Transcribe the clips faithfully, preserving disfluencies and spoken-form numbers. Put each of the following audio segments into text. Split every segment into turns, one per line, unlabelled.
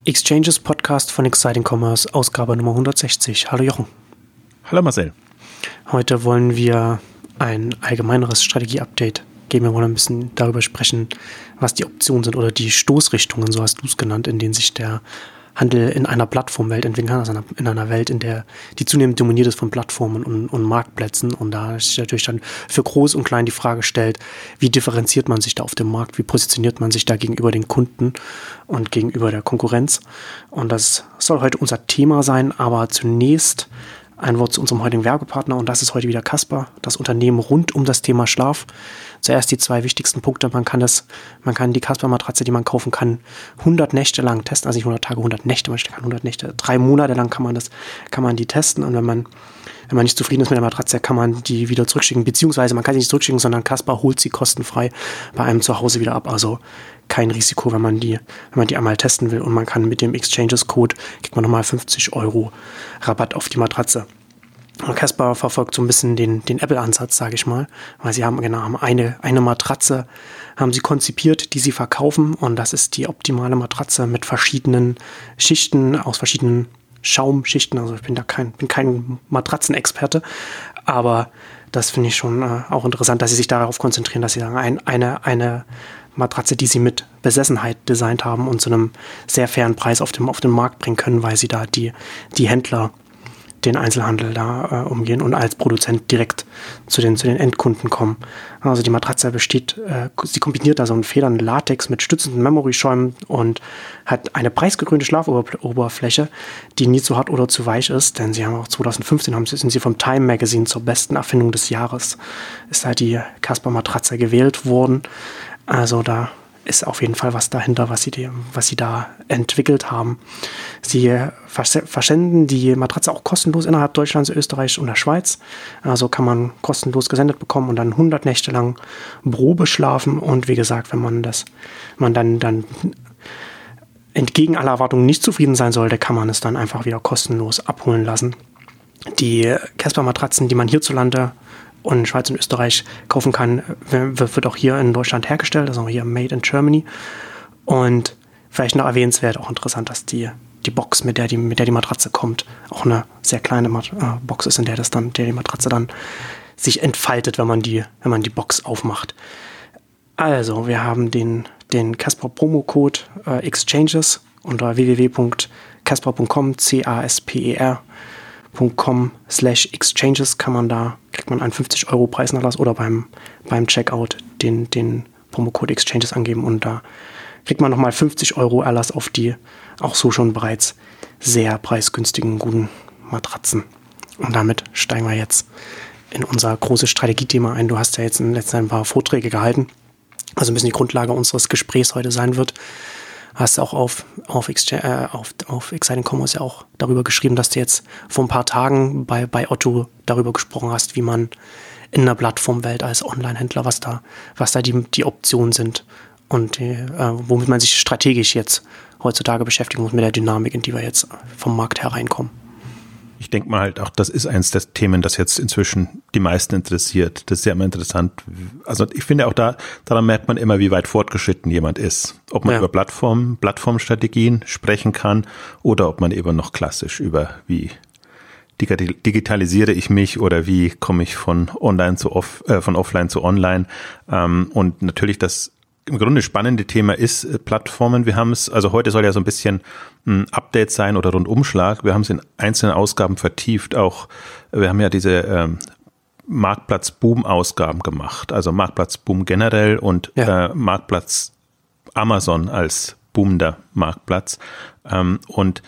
Exchanges Podcast von Exciting Commerce, Ausgabe Nummer hundertsechzig. Hallo Jochen.
Hallo Marcel.
Heute wollen wir ein allgemeineres Strategie-Update geben. Wir wollen ein bisschen darüber sprechen, was die Optionen sind oder die Stoßrichtungen, so hast du es genannt, in denen sich der Handel in einer Plattformwelt entwickeln kann, also in einer Welt, in der die zunehmend dominiert ist von Plattformen und, und Marktplätzen, und da sich natürlich dann für Groß und Klein die Frage stellt, wie differenziert man sich da auf dem Markt, wie positioniert man sich da gegenüber den Kunden und gegenüber der Konkurrenz, und das soll heute unser Thema sein. Aber zunächst ein Wort zu unserem heutigen Werbepartner, und das ist heute wieder Casper, das Unternehmen rund um das Thema Schlaf. Zuerst die zwei wichtigsten Punkte. Man kann das, man kann die Casper-Matratze, die man kaufen kann, hundert Nächte lang testen, also nicht hundert Tage, hundert Nächte, man kann hundert Nächte, drei Monate lang kann man das, kann man die testen, und wenn man, wenn man nicht zufrieden ist mit der Matratze, kann man die wieder zurückschicken, beziehungsweise man kann sie nicht zurückschicken, sondern Casper holt sie kostenfrei bei einem zu Hause wieder ab, also kein Risiko, wenn man die, wenn man die einmal testen will, und man kann mit dem Exchanges-Code, kriegt man nochmal fünfzig Euro Rabatt auf die Matratze. Casper verfolgt so ein bisschen den, den Apple-Ansatz, sage ich mal, weil sie haben genau haben eine, eine Matratze haben sie konzipiert, die sie verkaufen, und das ist die optimale Matratze mit verschiedenen Schichten, aus verschiedenen Schaumschichten. Also ich bin da kein, bin kein Matratzenexperte, aber das finde ich schon äh, auch interessant, dass sie sich darauf konzentrieren, dass sie sagen, ein, eine, eine Matratze, die sie mit Besessenheit designt haben und zu einem sehr fairen Preis auf dem, auf den Markt bringen können, weil sie da die, die Händler, den Einzelhandel da äh, umgehen und als Produzent direkt zu den, zu den Endkunden kommen. Also die Matratze besteht, äh, sie kombiniert da so einen federnden Latex mit stützenden Memory-Schäumen und hat eine preisgekrönte Schlafoberfläche, die nie zu hart oder zu weich ist, denn sie haben auch zwanzig fünfzehn haben, sind sie vom Time Magazine zur besten Erfindung des Jahres, ist halt die Casper-Matratze gewählt worden. Also da ist auf jeden Fall was dahinter, was sie, die, was sie da entwickelt haben. Sie vers- verschenden die Matratze auch kostenlos innerhalb Deutschlands, Österreich und der Schweiz. Also kann man kostenlos gesendet bekommen und dann hundert Nächte lang Probe schlafen. Und wie gesagt, wenn man das, man dann, dann entgegen aller Erwartungen nicht zufrieden sein sollte, kann man es dann einfach wieder kostenlos abholen lassen. Die Casper-Matratzen, die man hierzulande und in Schweiz und Österreich kaufen kann, wird auch hier in Deutschland hergestellt, also hier made in Germany. Und vielleicht noch erwähnenswert, auch interessant, dass die, die Box, mit der die, mit der die Matratze kommt, auch eine sehr kleine Mat- äh, Box ist, in der das dann, der die Matratze dann sich entfaltet, wenn man die, wenn man die Box aufmacht. Also, wir haben den, den Casper Promo-Code äh, Exchanges unter w w w punkt casper punkt com, C A S P E R .com slash exchanges kann man da, kriegt man einen fünfzig Euro Preisnachlass oder beim, beim Checkout den, den Promocode Exchanges angeben, und da kriegt man nochmal fünfzig Euro Erlass auf die auch so schon bereits sehr preisgünstigen, guten Matratzen. Und damit steigen wir jetzt in unser großes Strategiethema ein. Du hast ja jetzt in den letzten ein paar Vorträge gehalten, also ein bisschen die Grundlage unseres Gesprächs heute sein wird. Hast auch auf, auf, äh, auf, auf Exciting Commerce ja auch darüber geschrieben, dass du jetzt vor ein paar Tagen bei, bei Otto darüber gesprochen hast, wie man in einer Plattformwelt als Online-Händler, was da, was da die, die Optionen sind und die, äh, womit man sich strategisch jetzt heutzutage beschäftigen muss mit der Dynamik, in die wir jetzt vom Markt hereinkommen.
Ich denke mal halt auch, das ist eins der Themen, das jetzt inzwischen die meisten interessiert. Das ist ja immer interessant. Also ich finde auch da, daran merkt man immer, wie weit fortgeschritten jemand ist. Ob man ja. über Plattformen, Plattformstrategien sprechen kann oder ob man eben noch klassisch über wie digitalisiere ich mich oder wie komme ich von online zu off, äh, von offline zu online. Ähm, und natürlich das im Grunde spannende Thema ist äh, Plattformen. Wir haben es, also heute soll ja so ein bisschen ein Update sein oder Rundumschlag. Wir haben es in einzelnen Ausgaben vertieft. Auch wir haben ja diese ähm, Marktplatz-Boom-Ausgaben gemacht. Also Marktplatz-Boom generell und ja. äh, Marktplatz Amazon als boomender Marktplatz. Ähm, und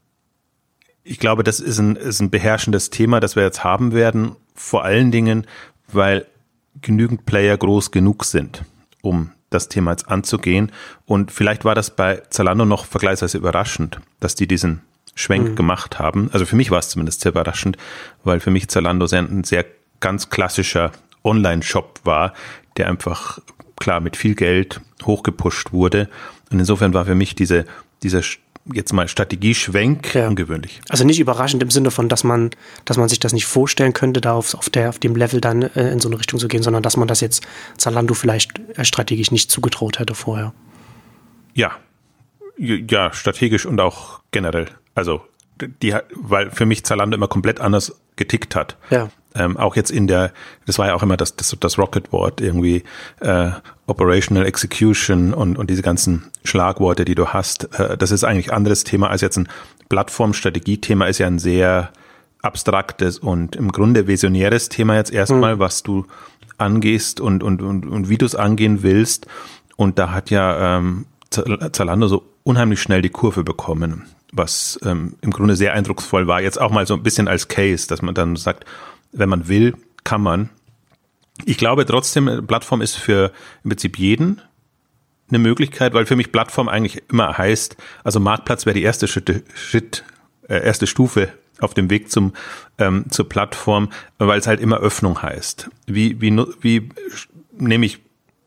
ich glaube, das ist ein, ist ein beherrschendes Thema, das wir jetzt haben werden. Vor allen Dingen, weil genügend Player groß genug sind, um das Thema jetzt anzugehen. Und vielleicht war das bei Zalando noch vergleichsweise überraschend, dass die diesen Schwenk mhm. gemacht haben. Also für mich war es zumindest sehr überraschend, weil für mich Zalando sehr, ein sehr ganz klassischer Online-Shop war, der einfach klar mit viel Geld hochgepusht wurde. Und insofern war für mich diese, dieser jetzt mal Strategieschwenk ja. ungewöhnlich.
Also nicht überraschend im Sinne von, dass man, dass man sich das nicht vorstellen könnte, da auf, auf, der, auf dem Level dann äh, in so eine Richtung zu gehen, sondern dass man das jetzt Zalando vielleicht äh, strategisch nicht zugetraut hätte vorher.
Ja, Ja, strategisch und auch generell. Also, die, weil für mich Zalando immer komplett anders getickt hat.
Ja.
Ähm, auch jetzt in der, das war ja auch immer das, das, das Rocket-Wort, irgendwie äh, Operational Execution und, und diese ganzen Schlagworte, die du hast. Äh, das ist eigentlich ein anderes Thema als jetzt ein Plattformstrategie-Thema, ist ja ein sehr abstraktes und im Grunde visionäres Thema jetzt erstmal, hm. was du angehst und, und, und, und wie du es angehen willst. Und da hat ja ähm, Zalando so unheimlich schnell die Kurve bekommen, was ähm, im Grunde sehr eindrucksvoll war. Jetzt auch mal so ein bisschen als Case, dass man dann sagt, wenn man will, kann man. Ich glaube trotzdem, Plattform ist für im Prinzip jeden eine Möglichkeit, weil für mich Plattform eigentlich immer heißt, also Marktplatz wäre die erste Schritt, Schritt äh, erste Stufe auf dem Weg zum ähm, zur Plattform, weil es halt immer Öffnung heißt. Wie wie wie nehme ich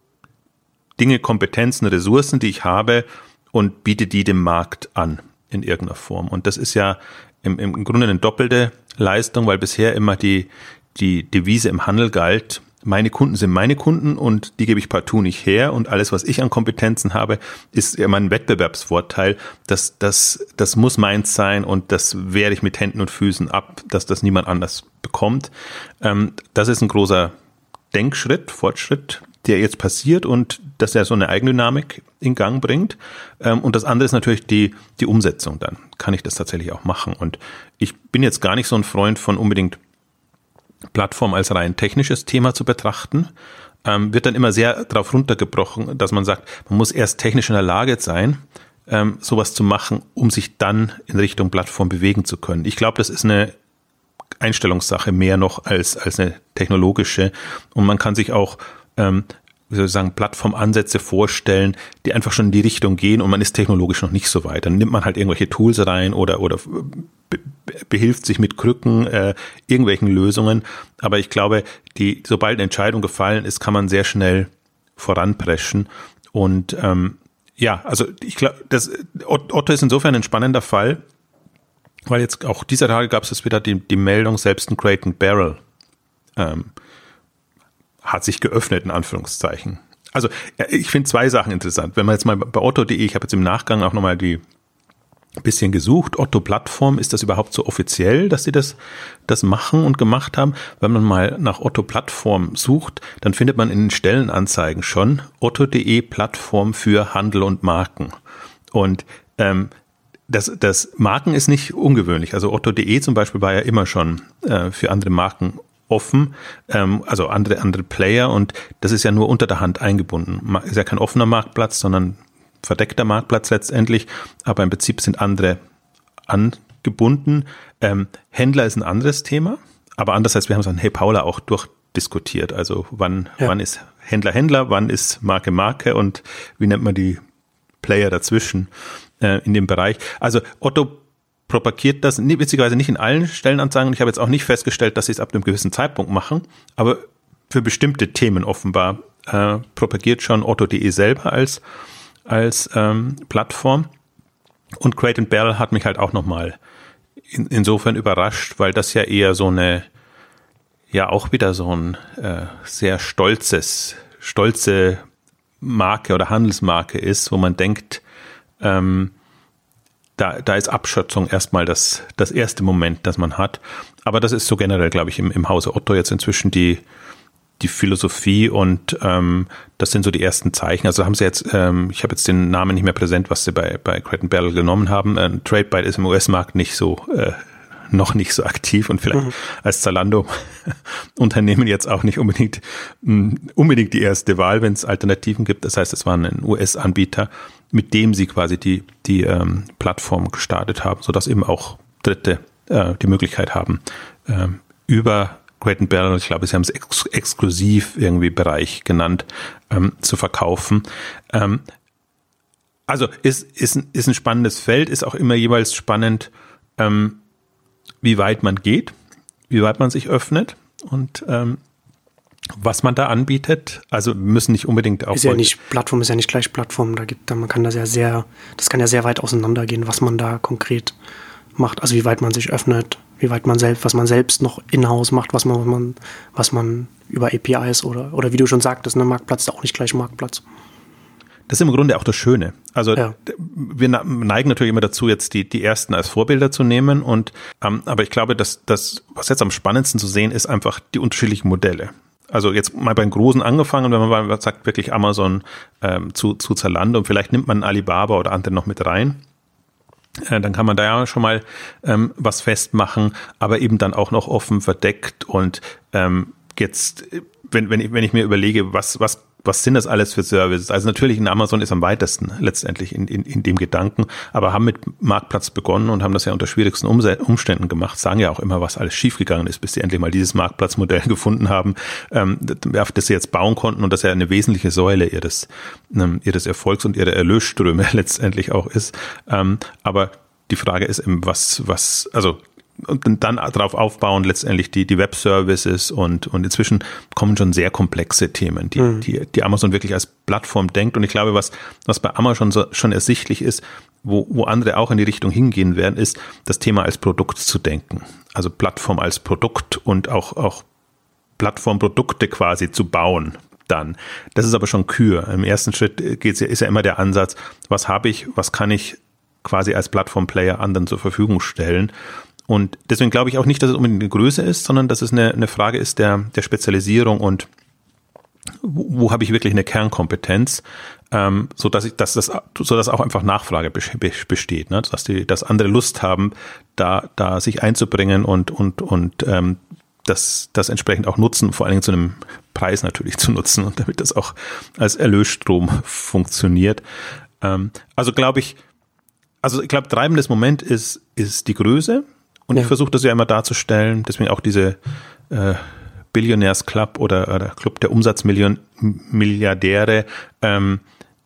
Dinge, Kompetenzen, Ressourcen, die ich habe und biete die dem Markt an in irgendeiner Form. Und das ist ja im, im Grunde eine doppelte Leistung, weil bisher immer die die Devise im Handel galt, meine Kunden sind meine Kunden und die gebe ich partout nicht her und alles, was ich an Kompetenzen habe, ist ja mein Wettbewerbsvorteil. Das, das, das muss meins sein und das wehre ich mit Händen und Füßen ab, dass das niemand anders bekommt. Ähm, das ist ein großer Denkschritt, Fortschritt, der jetzt passiert und dass er so eine Eigendynamik in Gang bringt. Ähm, und das andere ist natürlich die, die Umsetzung dann. Kann ich das tatsächlich auch machen? Und ich bin jetzt gar nicht so ein Freund von unbedingt Plattform als rein technisches Thema zu betrachten, ähm, wird dann immer sehr darauf runtergebrochen, dass man sagt, man muss erst technisch in der Lage sein, ähm, sowas zu machen, um sich dann in Richtung Plattform bewegen zu können. Ich glaube, das ist eine Einstellungssache mehr noch als als eine technologische und man kann sich auch ähm, wie soll ich sagen, Plattformansätze vorstellen, die einfach schon in die Richtung gehen und man ist technologisch noch nicht so weit. Dann nimmt man halt irgendwelche Tools rein oder oder be- behilft sich mit Krücken äh, irgendwelchen Lösungen. Aber ich glaube, die sobald eine Entscheidung gefallen ist, kann man sehr schnell voranpreschen. Und ähm, ja, also ich glaube, das Otto ist insofern ein spannender Fall, weil jetzt auch dieser Tage gab es jetzt wieder die, die Meldung, selbst ein Crate and Barrel ähm, hat sich geöffnet, in Anführungszeichen. Also ich finde zwei Sachen interessant. Wenn man jetzt mal bei Otto punkt de, ich habe jetzt im Nachgang auch nochmal die ein bisschen gesucht, Otto-Plattform, ist das überhaupt so offiziell, dass sie das, das machen und gemacht haben? Wenn man mal nach Otto-Plattform sucht, dann findet man in den Stellenanzeigen schon Otto punkt de Plattform für Handel und Marken. Und ähm, das, das Marken ist nicht ungewöhnlich. Also Otto punkt de zum Beispiel war ja immer schon äh, für andere Marken offen, ähm, also andere andere Player und das ist ja nur unter der Hand eingebunden. Ist ja kein offener Marktplatz, sondern verdeckter Marktplatz letztendlich, aber im Prinzip sind andere angebunden. Ähm, Händler ist ein anderes Thema, aber anders als wir haben es an Hey Paula auch durchdiskutiert. Also wann ja. wann ist Händler Händler, wann ist Marke Marke und wie nennt man die Player dazwischen äh, in dem Bereich. Also Otto propagiert das, nee, witzigerweise nicht in allen Stellenanzeigen und ich habe jetzt auch nicht festgestellt, dass sie es ab einem gewissen Zeitpunkt machen, aber für bestimmte Themen offenbar äh, propagiert schon Otto punkt de selber als, als ähm, Plattform und Crate and Barrel hat mich halt auch nochmal in, insofern überrascht, weil das ja eher so eine, ja auch wieder so ein äh, sehr stolzes, stolze Marke oder Handelsmarke ist, wo man denkt, ähm, Da, da ist Abschätzung erstmal das, das erste Moment, das man hat. Aber das ist so generell, glaube ich, im, im Hause Otto jetzt inzwischen die, die Philosophie und ähm, das sind so die ersten Zeichen. Also haben sie jetzt, ähm, ich habe jetzt den Namen nicht mehr präsent, was sie bei, bei Crate and Barrel genommen haben. Ein TradeByte ist im U S-Markt nicht so, äh, noch nicht so aktiv und vielleicht mhm. als Zalando-Unternehmen jetzt auch nicht unbedingt, mh, unbedingt die erste Wahl, wenn es Alternativen gibt. Das heißt, es war ein U S-Anbieter, mit dem sie quasi die, die ähm, Plattform gestartet haben, sodass eben auch Dritte äh, die Möglichkeit haben, ähm, über Crate and Barrel, ich glaube, sie haben es ex- exklusiv irgendwie Bereich genannt, ähm, zu verkaufen. Ähm, also ist, ist, ist ein spannendes Feld, ist auch immer jeweils spannend, ähm, wie weit man geht, wie weit man sich öffnet und ähm, was man da anbietet. Also müssen nicht unbedingt auch.
Ist ja nicht, Plattform ist ja nicht gleich Plattform, da gibt, man kann das ja sehr, das kann ja sehr weit auseinandergehen, was man da konkret macht. Also wie weit man sich öffnet, wie weit man selbst, was man selbst noch in-house macht, was man, was man, was man über A P Is oder, oder wie du schon sagtest, ne, Marktplatz ist auch nicht gleich Marktplatz.
das ist im Grunde auch das Schöne. Also
ja.
wir neigen natürlich immer dazu, jetzt die, die ersten als Vorbilder zu nehmen. Und ähm, aber ich glaube, dass das, was jetzt am spannendsten zu sehen ist, einfach die unterschiedlichen Modelle. Also jetzt mal beim Großen angefangen, wenn man mal sagt, wirklich Amazon ähm, zu, zu Zalando und vielleicht nimmt man Alibaba oder andere noch mit rein. Äh, dann kann man da ja schon mal ähm, was festmachen, aber eben dann auch noch offen verdeckt. Und ähm, jetzt, wenn, wenn, ich, wenn ich mir überlege, was, was Was sind das alles für Services? Also natürlich in Amazon ist am weitesten letztendlich in, in, in dem Gedanken, aber haben mit Marktplatz begonnen und haben das ja unter schwierigsten Umständen gemacht, sagen ja auch immer, was alles schiefgegangen ist, bis sie endlich mal dieses Marktplatzmodell gefunden haben, ähm, auf das sie jetzt bauen konnten und das ja eine wesentliche Säule ihres, ähm, ihres Erfolgs und ihrer Erlösströme letztendlich auch ist. Ähm, aber die Frage ist eben, was, was, also und dann darauf aufbauen letztendlich die, die Web-Services und, und inzwischen kommen schon sehr komplexe Themen, die, mhm. die, die Amazon wirklich als Plattform denkt. Und ich glaube, was, was bei Amazon so, schon ersichtlich ist, wo, wo andere auch in die Richtung hingehen werden, ist, das Thema als Produkt zu denken. Also Plattform als Produkt und auch, auch Plattformprodukte quasi zu bauen. Dann. Das ist aber schon Kür. Im ersten Schritt geht's ja, ist ja immer der Ansatz, was habe ich, was kann ich quasi als Plattform-Player anderen zur Verfügung stellen. Und deswegen glaube ich auch nicht, dass es unbedingt eine Größe ist, sondern dass es eine, eine Frage ist der, der Spezialisierung und wo, wo habe ich wirklich eine Kernkompetenz, ähm, so dass ich, dass das, so dass auch einfach Nachfrage besteht, ne? Dass die, dass andere Lust haben, da, da sich einzubringen und und und ähm, das, das entsprechend auch nutzen, vor allen Dingen zu einem Preis natürlich zu nutzen und damit das auch als Erlösstrom funktioniert. Ähm, also glaube ich, also ich glaube, treibendes Moment ist ist die Größe. Und ja. ich versuche das ja immer darzustellen, deswegen auch diese äh, Billionaires Club oder, oder Club der Umsatzmilliardäre. Ähm,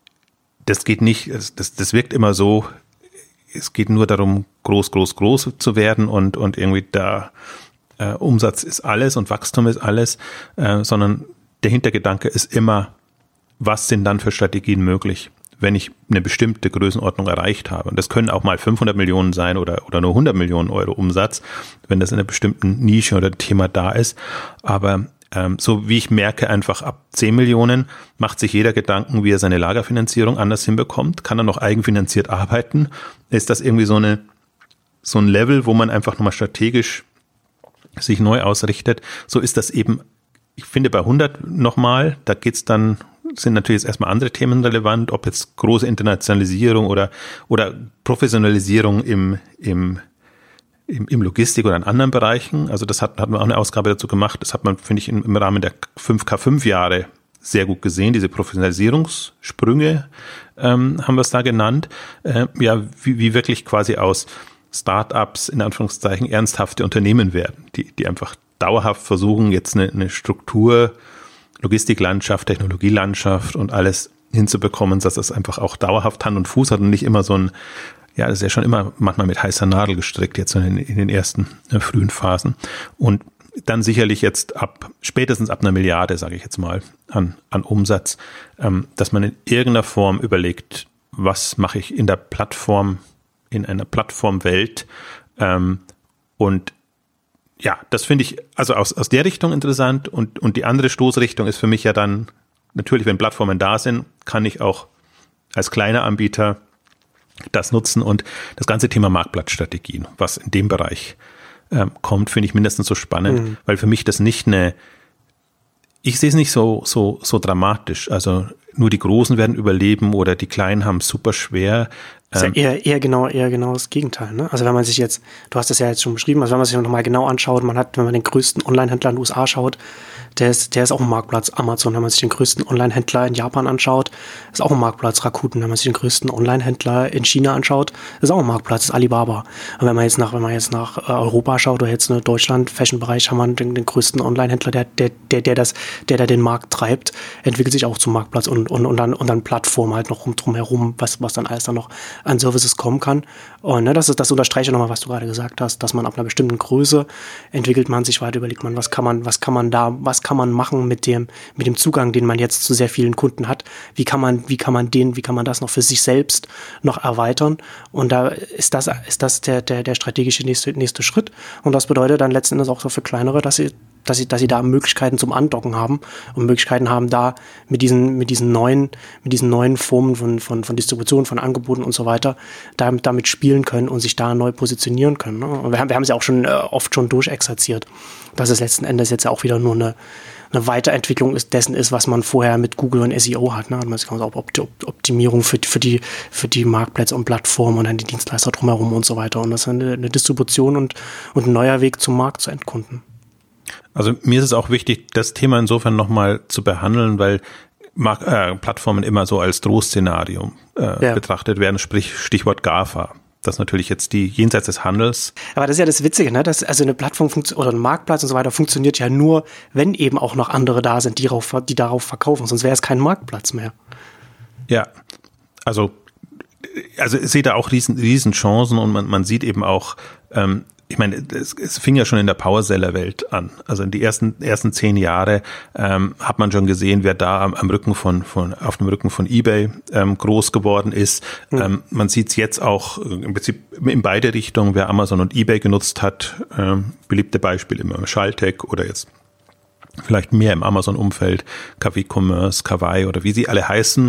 das geht nicht, das, das wirkt immer so, es geht nur darum, groß, groß, groß zu werden und, und irgendwie da äh, Umsatz ist alles und Wachstum ist alles, äh, sondern der Hintergedanke ist immer, was sind dann für Strategien möglich, wenn ich eine bestimmte Größenordnung erreicht habe. Und das können auch mal fünfhundert Millionen sein oder, oder nur hundert Millionen Euro Umsatz, wenn das in einer bestimmten Nische oder Thema da ist. Aber ähm, so wie ich merke, einfach ab zehn Millionen macht sich jeder Gedanken, wie er seine Lagerfinanzierung anders hinbekommt. Kann er noch eigenfinanziert arbeiten? Ist das irgendwie so eine so ein Level, wo man einfach nochmal strategisch sich neu ausrichtet? So ist das eben, ich finde bei hundert nochmal, da geht's dann sind natürlich jetzt erstmal andere Themen relevant, ob jetzt große Internationalisierung oder, oder Professionalisierung im, im, im, im Logistik oder in anderen Bereichen. Also das hat, hat man auch eine Ausgabe dazu gemacht. Das hat man, finde ich, im, im Rahmen der fünf K fünf Jahre sehr gut gesehen. Diese Professionalisierungssprünge ähm, haben wir es da genannt. Äh, ja, wie, wie wirklich quasi aus Startups in Anführungszeichen ernsthafte Unternehmen werden, die, die einfach dauerhaft versuchen, jetzt eine, eine Struktur, Logistiklandschaft, Technologielandschaft und alles hinzubekommen, dass das einfach auch dauerhaft Hand und Fuß hat und nicht immer so ein, ja, das ist ja schon immer manchmal mit heißer Nadel gestrickt, jetzt in, in den ersten äh, frühen Phasen. Und dann sicherlich jetzt ab, spätestens ab einer Milliarde, sage ich jetzt mal, an, an Umsatz, ähm, dass man in irgendeiner Form überlegt, was mache ich in der Plattform, in einer Plattformwelt ähm, und ja, das finde ich also aus, aus der Richtung interessant und, und die andere Stoßrichtung ist für mich ja dann, natürlich, wenn Plattformen da sind, kann ich auch als kleiner Anbieter das nutzen und das ganze Thema Marktplatzstrategien, was in dem Bereich ähm, kommt, finde ich mindestens so spannend, mhm. weil für mich das nicht eine, ich sehe es nicht so, so, so dramatisch, also nur die Großen werden überleben oder die Kleinen haben es super schwer.
Das ist ja eher, eher genau, eher genau das Gegenteil, ne? Also wenn man sich jetzt, du hast das ja jetzt schon beschrieben, also wenn man sich nochmal genau anschaut, man hat, wenn man den größten Online-Händler in den U S A schaut, der ist, der ist auch ein Marktplatz, Amazon. Wenn man sich den größten Online-Händler in Japan anschaut, ist auch ein Marktplatz, Rakuten. Wenn man sich den größten Online-Händler in China anschaut, ist auch ein Marktplatz, ist Alibaba. Und wenn man jetzt nach, wenn man jetzt nach Europa schaut oder jetzt in Deutschland, Fashion-Bereich, haben wir den, den größten Online-Händler, der, der, der, der das, der da den Markt treibt, entwickelt sich auch zum Marktplatz und, und, und dann, und dann Plattform halt noch rum, drum herum, was, was dann alles dann noch an Services kommen kann. Und ne, das ist, das unterstreiche nochmal, was du gerade gesagt hast, dass man ab einer bestimmten Größe entwickelt man sich weiter, überlegt man, was kann man, was kann man da, was kann man machen mit dem, mit dem Zugang, den man jetzt zu sehr vielen Kunden hat. Wie kann man, wie kann man den, wie kann man das noch für sich selbst noch erweitern? Und da ist das, ist das der, der, der strategische nächste, nächste Schritt. Und das bedeutet dann letzten Endes auch so für kleinere, dass sie dass sie, dass sie da Möglichkeiten zum Andocken haben und Möglichkeiten haben, da mit diesen, mit diesen neuen, mit diesen neuen Formen von, von, von Distribution, von Angeboten und so weiter, damit, damit spielen können und sich da neu positionieren können. Ne? Und wir haben, wir haben es ja auch schon äh, oft schon durchexerziert, dass es letzten Endes jetzt ja auch wieder nur eine, eine Weiterentwicklung ist, dessen ist, was man vorher mit Google und S E O hat. Ne? Also auch Optimierung für, für, die, für die Marktplätze und Plattformen und dann die Dienstleister drumherum und so weiter. Und das ist eine, eine Distribution und, und ein neuer Weg zum Markt zu Endkunden.
Also mir ist es auch wichtig, das Thema insofern nochmal zu behandeln, weil Mark- äh, Plattformen immer so als Drohszenario äh, ja. betrachtet werden, sprich Stichwort GAFA. Das natürlich jetzt die jenseits des Handels.
Aber das ist ja das Witzige, ne? Dass also eine Plattform funktio- oder ein Marktplatz und so weiter funktioniert ja nur, wenn eben auch noch andere da sind, die, rauf, die darauf verkaufen. Sonst wäre es kein Marktplatz mehr.
Ja, also also ich sehe da auch riesen, riesen Chancen und man, man sieht eben auch, ähm, ich meine, es, es fing ja schon in der Powerseller-Welt an. Also in die ersten ersten zehn Jahre ähm, hat man schon gesehen, wer da am, am Rücken von von auf dem Rücken von eBay ähm, groß geworden ist. Mhm. Ähm, man sieht es jetzt auch im Prinzip in beide Richtungen, wer Amazon und eBay genutzt hat. Ähm, beliebte Beispiele immer Schaltec oder jetzt vielleicht mehr im Amazon-Umfeld, K W Commerce, Kawaii oder wie sie alle heißen.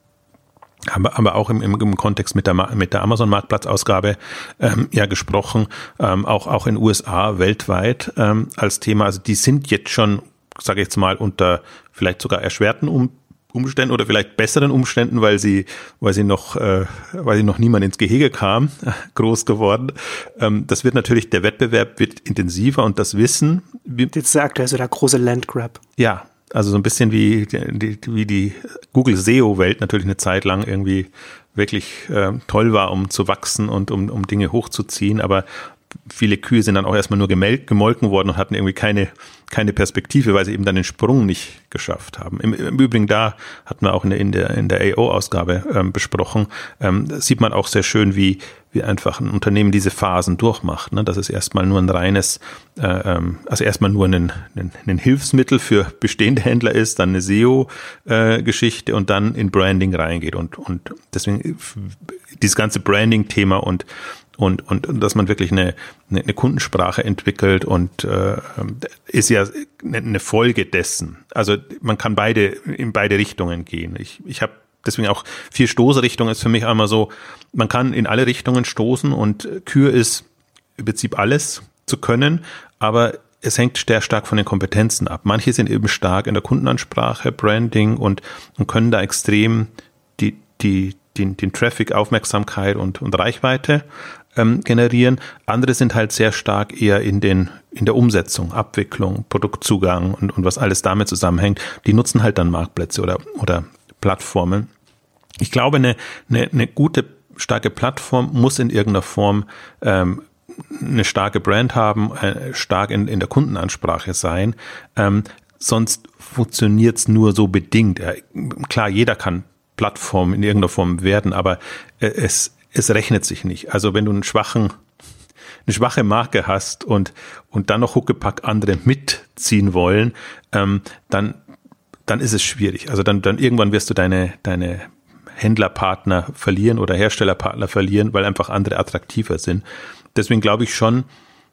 Aber, aber auch im, im, im Kontext mit der, mit der Amazon-Marktplatzausgabe ähm, ja gesprochen, ähm, auch, auch in U S A weltweit ähm, als Thema. Also die sind jetzt schon, sage ich jetzt mal, unter vielleicht sogar erschwerten um, Umständen oder vielleicht besseren Umständen, weil sie, weil sie noch, äh, weil sie noch niemand ins Gehege kam, groß geworden. Ähm, das wird natürlich, der Wettbewerb wird intensiver und das Wissen.
Wie, jetzt sagt er so der große Landgrab.
Ja. Also so ein bisschen wie die, wie die Google S E O-Welt natürlich eine Zeit lang irgendwie wirklich äh, toll war, um zu wachsen und um, um Dinge hochzuziehen. Aber viele Kühe sind dann auch erstmal nur gemel- gemolken worden und hatten irgendwie keine, keine Perspektive, weil sie eben dann den Sprung nicht geschafft haben. Im, im Übrigen, da hatten wir auch in der, in der, in der A O-Ausgabe ähm, besprochen, ähm, da sieht man auch sehr schön, wie, wie einfach ein Unternehmen diese Phasen durchmacht, ne? Dass es erstmal nur ein reines, äh, also erstmal nur ein, ein, ein Hilfsmittel für bestehende Händler ist, dann eine S E O-Geschichte äh, und dann in Branding reingeht und, und deswegen dieses ganze Branding-Thema und Und, und, und dass man wirklich eine, eine, eine Kundensprache entwickelt und äh, ist ja eine Folge dessen. Also man kann beide in beide Richtungen gehen. Ich, ich habe deswegen auch vier Stoßrichtungen ist für mich einmal so, man kann in alle Richtungen stoßen und Kür ist im Prinzip alles zu können, aber es hängt sehr stark von den Kompetenzen ab. Manche sind eben stark in der Kundenansprache, Branding und, und können da extrem die, die, den, den Traffic, Aufmerksamkeit und, und Reichweite ähm, generieren. Andere sind halt sehr stark eher in den, in der Umsetzung, Abwicklung, Produktzugang und, und was alles damit zusammenhängt. Die nutzen halt dann Marktplätze oder, oder Plattformen. Ich glaube, eine, eine, eine gute, starke Plattform muss in irgendeiner Form ähm, eine starke Brand haben, äh, stark in, in der Kundenansprache sein. Ähm, sonst funktioniert es nur so bedingt. Ja, klar, jeder kann Plattform in irgendeiner Form werden, aber äh, es, es rechnet sich nicht. Also wenn du einen schwachen, eine schwache Marke hast und, und dann noch Huckepack andere mitziehen wollen, ähm, dann, dann ist es schwierig. Also dann, dann irgendwann wirst du deine, deine Händlerpartner verlieren oder Herstellerpartner verlieren, weil einfach andere attraktiver sind. Deswegen glaube ich schon,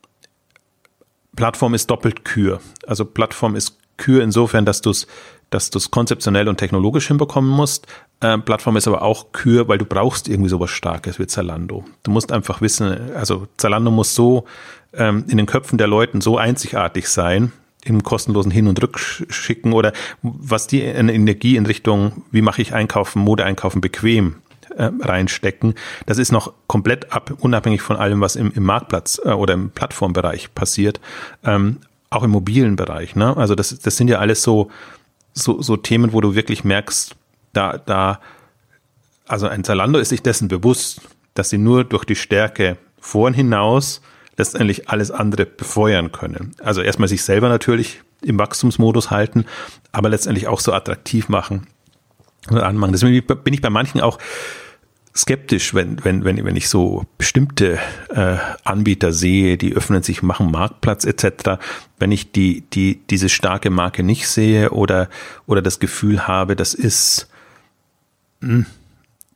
Plattform ist doppelt Kür. Also Plattform ist Kür insofern, dass du es dass du es konzeptionell und technologisch hinbekommen musst. Äh, Plattform ist aber auch Kür, weil du brauchst irgendwie sowas Starkes wie Zalando. Du musst einfach wissen, also Zalando muss so ähm, in den Köpfen der Leuten so einzigartig sein, im kostenlosen Hin- und Rückschicken oder was die Energie in Richtung, wie mache ich Einkaufen, Modeeinkaufen bequem äh, reinstecken. Das ist noch komplett ab, unabhängig von allem, was im, im Marktplatz äh, oder im Plattformbereich passiert. Ähm, auch im mobilen Bereich. Ne? Also das, das sind ja alles so So, so Themen, wo du wirklich merkst, da, da, also ein Zalando ist sich dessen bewusst, dass sie nur durch die Stärke vorn hinaus letztendlich alles andere befeuern können. Also erstmal sich selber natürlich im Wachstumsmodus halten, aber letztendlich auch so attraktiv machen und anmachen. Deswegen bin ich bei manchen auch skeptisch, wenn, wenn, wenn, wenn ich so bestimmte äh, Anbieter sehe, die öffnen sich, machen Marktplatz et cetera. Wenn ich die, die, diese starke Marke nicht sehe oder, oder das Gefühl habe, das ist, mh,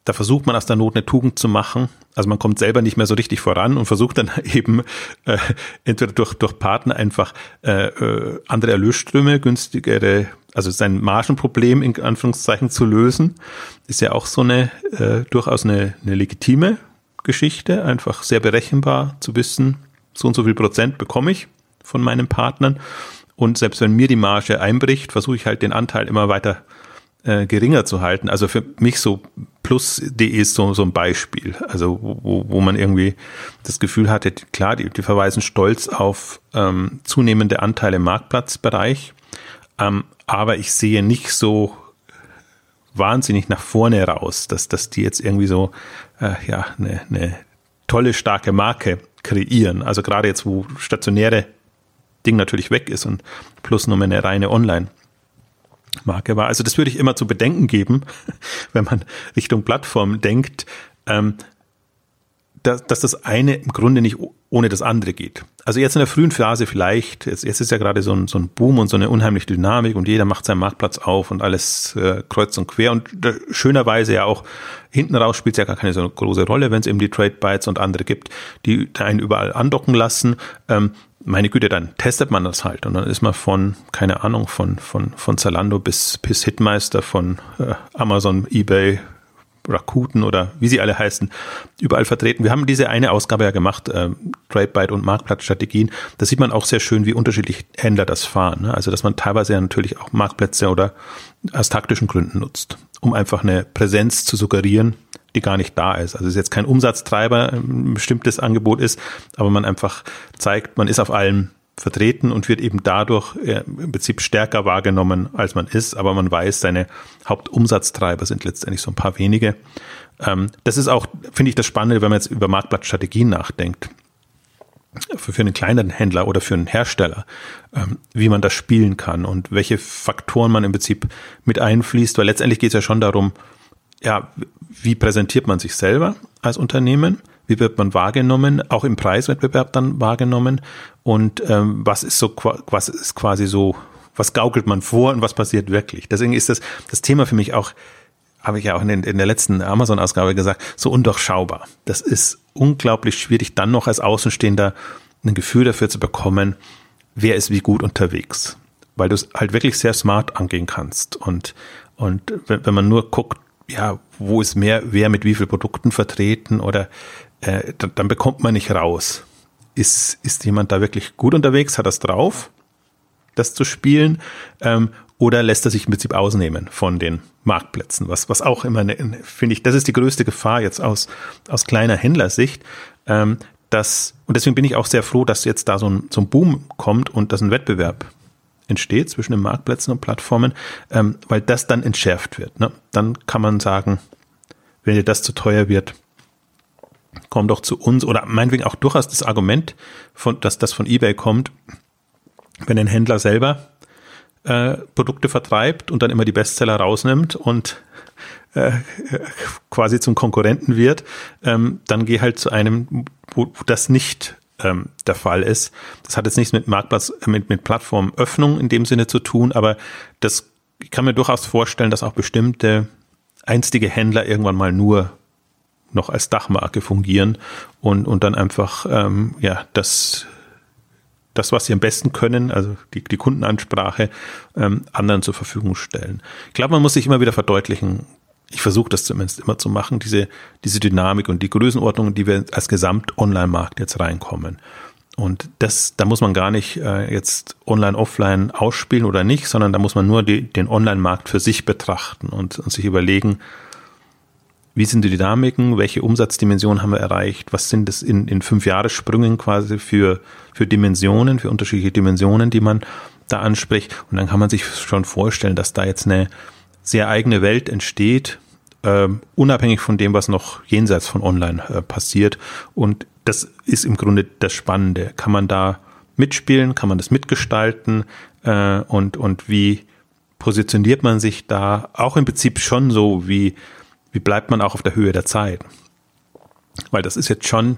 da versucht man aus der Not eine Tugend zu machen. Also man kommt selber nicht mehr so richtig voran und versucht dann eben äh, entweder durch, durch Partner einfach äh, äh, andere Erlösströme, günstigere, also sein Margenproblem in Anführungszeichen zu lösen. Ist ja auch so eine äh, durchaus eine, eine legitime Geschichte, einfach sehr berechenbar zu wissen, so und so viel Prozent bekomme ich von meinen Partnern. Und selbst wenn mir die Marge einbricht, versuche ich halt den Anteil immer weiter äh, geringer zu halten. Also für mich so Plus punkt de ist so, so ein Beispiel, also wo, wo man irgendwie das Gefühl hatte, klar, die, die verweisen stolz auf ähm, zunehmende Anteile im Marktplatzbereich, ähm, aber ich sehe nicht so wahnsinnig nach vorne raus, dass, dass die jetzt irgendwie so äh, ja eine, eine tolle, starke Marke kreieren. Also gerade jetzt, wo stationäre Ding natürlich weg ist und Plus nur eine reine Online-Marke war. Also das würde ich immer zu bedenken geben, wenn man Richtung Plattform denkt, ähm, dass, dass das eine im Grunde nicht ohne das andere geht. Also jetzt in der frühen Phase vielleicht, jetzt, jetzt ist ja gerade so ein, so ein Boom und so eine unheimliche Dynamik und jeder macht seinen Marktplatz auf und alles äh, kreuz und quer und da, schönerweise ja auch hinten raus spielt es ja gar keine so große Rolle, wenn es eben die Trade-Bytes und andere gibt, die einen überall andocken lassen. Ähm, meine Güte, dann testet man das halt und dann ist man von, keine Ahnung, von von von Zalando bis bis Hitmeister, von äh, Amazon, eBay, Rakuten oder wie sie alle heißen, überall vertreten. Wir haben diese eine Ausgabe ja gemacht, äh, Trade-Byte und Marktplatzstrategien. Da sieht man auch sehr schön, wie unterschiedlich Händler das fahren. Ne? Also dass man teilweise ja natürlich auch Marktplätze oder aus taktischen Gründen nutzt, um einfach eine Präsenz zu suggerieren, die gar nicht da ist. Also es ist jetzt kein Umsatztreiber, ein bestimmtes Angebot ist, aber man einfach zeigt, man ist auf allem vertreten und wird eben dadurch im Prinzip stärker wahrgenommen, als man ist, aber man weiß, seine Hauptumsatztreiber sind letztendlich so ein paar wenige. Das ist auch, finde ich, das Spannende, wenn man jetzt über Marktplatzstrategien nachdenkt, für, für einen kleineren Händler oder für einen Hersteller, wie man das spielen kann und welche Faktoren man im Prinzip mit einfließt, weil letztendlich geht es ja schon darum, ja, wie präsentiert man sich selber als Unternehmen? Wie wird man wahrgenommen, auch im Preiswettbewerb dann wahrgenommen und ähm, was ist so, was ist quasi so, was gaukelt man vor und was passiert wirklich? Deswegen ist das das Thema für mich auch, habe ich ja auch in, in der letzten Amazon-Ausgabe gesagt, so undurchschaubar. Das ist unglaublich schwierig, dann noch als Außenstehender ein Gefühl dafür zu bekommen, wer ist wie gut unterwegs, weil du es halt wirklich sehr smart angehen kannst und und wenn, wenn man nur guckt, ja, wo ist mehr, wer mit wie vielen Produkten vertreten oder äh, dann, dann bekommt man nicht raus. Ist, ist jemand da wirklich gut unterwegs? Hat er es drauf, das zu spielen? Ähm, oder lässt er sich im Prinzip ausnehmen von den Marktplätzen? Was, was auch immer, eine, finde ich, das ist die größte Gefahr jetzt aus, aus kleiner Händlersicht. Ähm, dass, und deswegen bin ich auch sehr froh, dass jetzt da so ein, so ein Boom kommt und dass ein Wettbewerb entsteht zwischen den Marktplätzen und Plattformen, ähm, weil das dann entschärft wird. Ne? Dann kann man sagen, wenn dir das zu teuer wird, komm doch zu uns. Oder meinetwegen auch durchaus das Argument, von, dass das von eBay kommt, wenn ein Händler selber äh, Produkte vertreibt und dann immer die Bestseller rausnimmt und äh, quasi zum Konkurrenten wird, ähm, dann geh halt zu einem, wo, wo das nicht ähm, der Fall ist. Das hat jetzt nichts mit Marktplatz, mit, mit Plattformöffnung in dem Sinne zu tun, aber das, ich kann mir durchaus vorstellen, dass auch bestimmte einstige Händler irgendwann mal nur noch als Dachmarke fungieren und, und dann einfach ähm, ja das, das, was sie am besten können, also die, die Kundenansprache, ähm, anderen zur Verfügung stellen. Ich glaube, man muss sich immer wieder verdeutlichen, ich versuche das zumindest immer zu machen, diese, diese Dynamik und die Größenordnungen, die wir als Gesamt-Online-Markt jetzt reinkommen. Und das, da muss man gar nicht äh, jetzt online, offline ausspielen oder nicht, sondern da muss man nur die, den Online-Markt für sich betrachten und, und sich überlegen, wie sind die Dynamiken, welche Umsatzdimensionen haben wir erreicht, was sind es in, in fünf Jahressprüngen quasi für, für Dimensionen, für unterschiedliche Dimensionen, die man da anspricht. Und dann kann man sich schon vorstellen, dass da jetzt eine sehr eigene Welt entsteht, äh, unabhängig von dem, was noch jenseits von online äh, passiert. Und das ist im Grunde das Spannende. Kann man da mitspielen, kann man das mitgestalten äh, und, und wie positioniert man sich da auch im Prinzip schon so, wie Wie bleibt man auch auf der Höhe der Zeit? Weil das ist jetzt schon,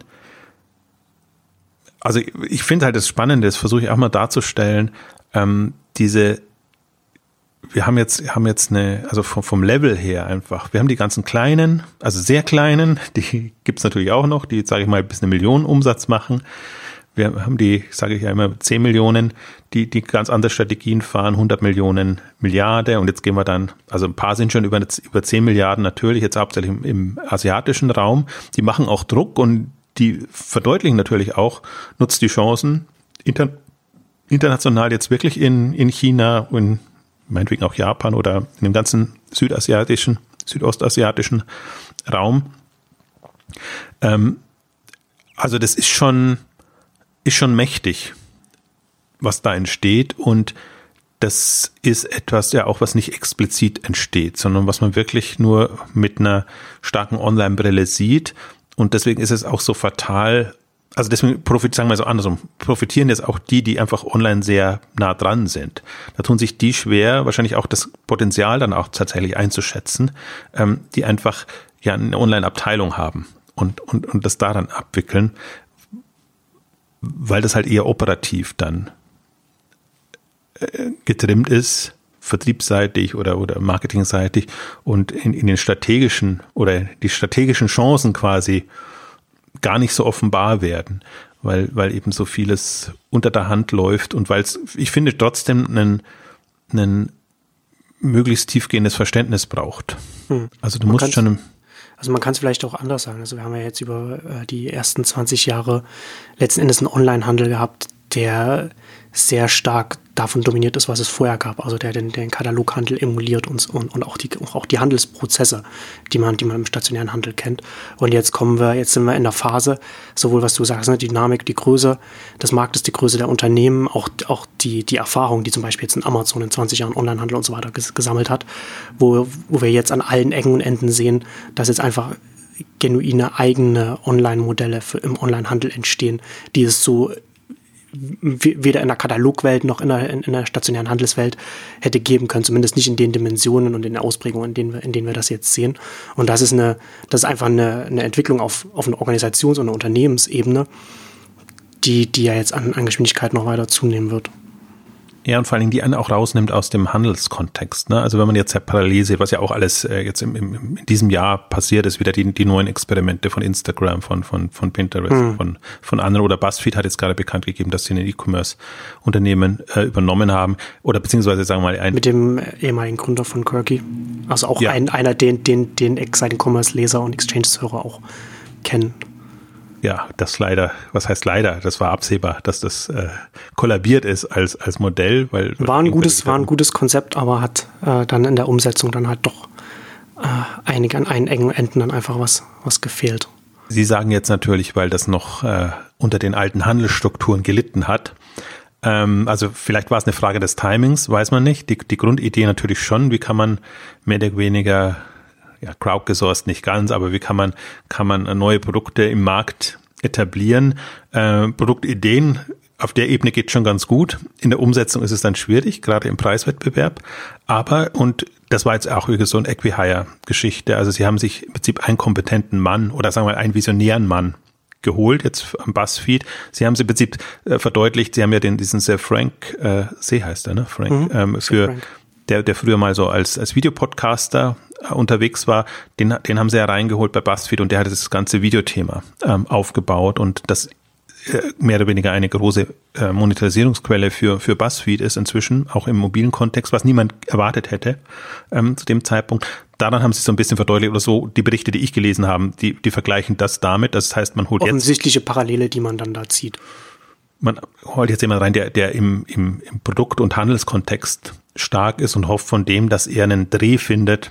also ich finde halt das Spannende, das versuche ich auch mal darzustellen, ähm, diese wir haben jetzt, haben jetzt eine, also vom, vom Level her einfach, wir haben die ganzen kleinen, also sehr kleinen, die gibt's natürlich auch noch, die, sage ich mal, bis eine Million Umsatz machen. Wir haben die, sage ich ja immer, zehn Millionen, die, die ganz andere Strategien fahren, hundert Millionen, Milliarde, und jetzt gehen wir dann, also ein paar sind schon über, über zehn Milliarden natürlich, jetzt hauptsächlich im, im asiatischen Raum, die machen auch Druck und die verdeutlichen natürlich auch, nutzt die Chancen, inter, international jetzt wirklich in, in China und meinetwegen auch Japan oder in dem ganzen südasiatischen, südostasiatischen Raum. Ähm, also das ist schon, ist schon mächtig, was da entsteht, und das ist etwas ja auch, was nicht explizit entsteht, sondern was man wirklich nur mit einer starken Online-Brille sieht, und deswegen ist es auch so fatal, also deswegen profitieren, sagen wir so andersrum, profitieren jetzt auch die, die einfach online sehr nah dran sind. Da tun sich die schwer, wahrscheinlich auch das Potenzial dann auch tatsächlich einzuschätzen, ähm, die einfach ja eine Online-Abteilung haben und, und, und das daran abwickeln, weil das halt eher operativ dann äh, getrimmt ist, vertriebsseitig oder, oder marketingseitig, und in, in den strategischen oder die strategischen Chancen quasi gar nicht so offenbar werden, weil, weil eben so vieles unter der Hand läuft und weil es, ich finde, trotzdem einen, einen möglichst tiefgehendes Verständnis braucht. Hm. Also du man musst schon...
Also man kann es vielleicht auch anders sagen. Also wir haben ja jetzt über äh, die ersten zwanzig Jahre letzten Endes einen Onlinehandel gehabt, der sehr stark davon dominiert ist, was es vorher gab. Also der den, den Kataloghandel emuliert und, und, und auch, die, auch die Handelsprozesse, die man, die man im stationären Handel kennt. Und jetzt kommen wir, jetzt sind wir in der Phase, sowohl was du sagst, ne, die Dynamik, die Größe des Marktes, die Größe der Unternehmen, auch, auch die, die Erfahrung, die zum Beispiel jetzt in Amazon in zwanzig Jahren Onlinehandel und so weiter ges- gesammelt hat, wo, wo wir jetzt an allen Ecken und Enden sehen, dass jetzt einfach genuine eigene Online-Modelle für, im Onlinehandel entstehen, die es so weder in der Katalogwelt noch in der, in, in der stationären Handelswelt hätte geben können, zumindest nicht in den Dimensionen und in der Ausprägung, in denen wir, in denen wir das jetzt sehen. Und das ist eine, das ist einfach eine, eine Entwicklung auf, auf einer Organisations- und einer Unternehmensebene, die, die ja jetzt an, an Geschwindigkeit noch weiter zunehmen wird.
Ja, und vor allen Dingen die einen auch rausnimmt aus dem Handelskontext. Ne? Also wenn man jetzt ja parallel sieht, was ja auch alles äh, jetzt im, im, in diesem Jahr passiert ist, wieder die, die neuen Experimente von Instagram, von, von, von Pinterest, hm. von, von anderen, oder BuzzFeed hat jetzt gerade bekannt gegeben, dass sie ein E-Commerce-Unternehmen äh, übernommen haben, oder beziehungsweise sagen wir mal ein...
Mit dem ehemaligen Gründer von Quirky. Also auch ja. ein, einer, den, den, den Exciting Commerce-Leser und Exchanges-Hörer auch kennen.
Ja, das leider, was heißt leider, das war absehbar, dass das äh, kollabiert ist als, als Modell. Weil
war ein gutes, war ein gutes Konzept, aber hat äh, dann in der Umsetzung dann halt doch äh, einige an einen engen Enden dann einfach was, was gefehlt.
Sie sagen jetzt natürlich, weil das noch äh, unter den alten Handelsstrukturen gelitten hat. Ähm, also vielleicht war es eine Frage des Timings, weiß man nicht. Die, die Grundidee natürlich schon, wie kann man mehr oder weniger... ja, crowdgesourced nicht ganz, aber wie kann man, kann man neue Produkte im Markt etablieren? Äh, Produktideen auf der Ebene geht schon ganz gut. In der Umsetzung ist es dann schwierig, gerade im Preiswettbewerb. Aber, und das war jetzt auch so eine Acquihire-Geschichte, also sie haben sich im Prinzip einen kompetenten Mann oder sagen wir mal einen visionären Mann geholt, jetzt am BuzzFeed. Sie haben sie im Prinzip äh, verdeutlicht, sie haben ja den, diesen Sir Frank, äh, See heißt er, ne? Frank, mhm, ähm, für, Frank. Der, der früher mal so als, als Videopodcaster unterwegs war, den, den haben sie ja reingeholt bei BuzzFeed, und der hat das ganze Videothema ähm, aufgebaut, und das äh, mehr oder weniger eine große äh, Monetarisierungsquelle für, für BuzzFeed ist inzwischen, auch im mobilen Kontext, was niemand erwartet hätte ähm, zu dem Zeitpunkt. Daran haben sie so ein bisschen verdeutlicht, oder so die Berichte, die ich gelesen habe, die, die vergleichen das damit. Das heißt, man holt
offensichtliche
jetzt...
Offensichtliche Parallele, die man dann da zieht.
Man holt jetzt jemand rein, der, der im, im, im Produkt- und Handelskontext stark ist und hofft von dem, dass er einen Dreh findet,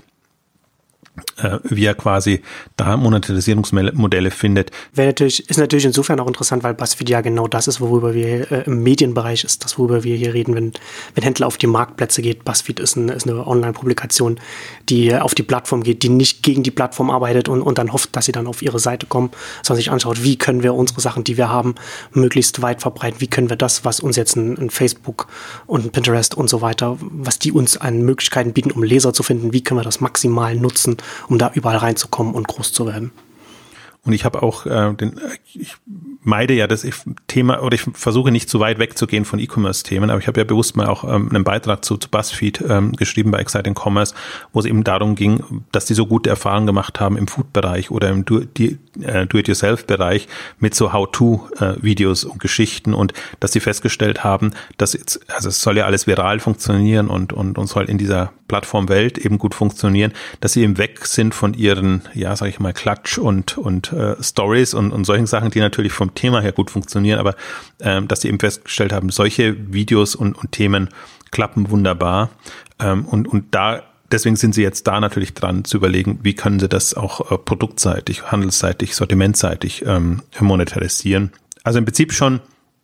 äh, wie er quasi da Monetarisierungsmodelle findet.
Wäre natürlich, ist natürlich insofern auch interessant, weil BuzzFeed ja genau das ist, worüber wir äh, im Medienbereich ist, das, worüber wir hier reden, wenn, wenn Händler auf die Marktplätze geht. BuzzFeed ist, ein, ist eine Online-Publikation, die auf die Plattform geht, die nicht gegen die Plattform arbeitet und, und dann hofft, dass sie dann auf ihre Seite kommen, sondern sich anschaut, wie können wir unsere Sachen, die wir haben, möglichst weit verbreiten, wie können wir das, was uns jetzt ein, ein Facebook und ein Pinterest und so weiter, was die uns an Möglichkeiten bieten, um Leser zu finden, wie können wir das maximal nutzen, um da überall reinzukommen und groß zu werden.
Und ich habe auch, äh, den, ich meide ja das Thema, oder ich versuche nicht zu weit wegzugehen von E-Commerce-Themen, aber ich habe ja bewusst mal auch ähm, einen Beitrag zu, zu BuzzFeed ähm, geschrieben bei Exciting Commerce, wo es eben darum ging, dass die so gute Erfahrungen gemacht haben im Food-Bereich oder im Do- die, äh, Do-it-yourself-Bereich mit so How-to-Videos und Geschichten und dass sie festgestellt haben, dass jetzt, also es soll ja alles viral funktionieren und, und, und soll in dieser Plattformwelt eben gut funktionieren, dass sie eben weg sind von ihren, ja, sag ich mal, Klatsch und, und äh, Stories und, und solchen Sachen, die natürlich vom Thema her gut funktionieren, aber ähm, dass sie eben festgestellt haben, solche Videos und, und Themen klappen wunderbar ähm, und, und da deswegen sind sie jetzt da natürlich dran zu überlegen, wie können sie das auch äh, produktseitig, handelsseitig, sortimentseitig ähm, monetarisieren. Also im Prinzip schon,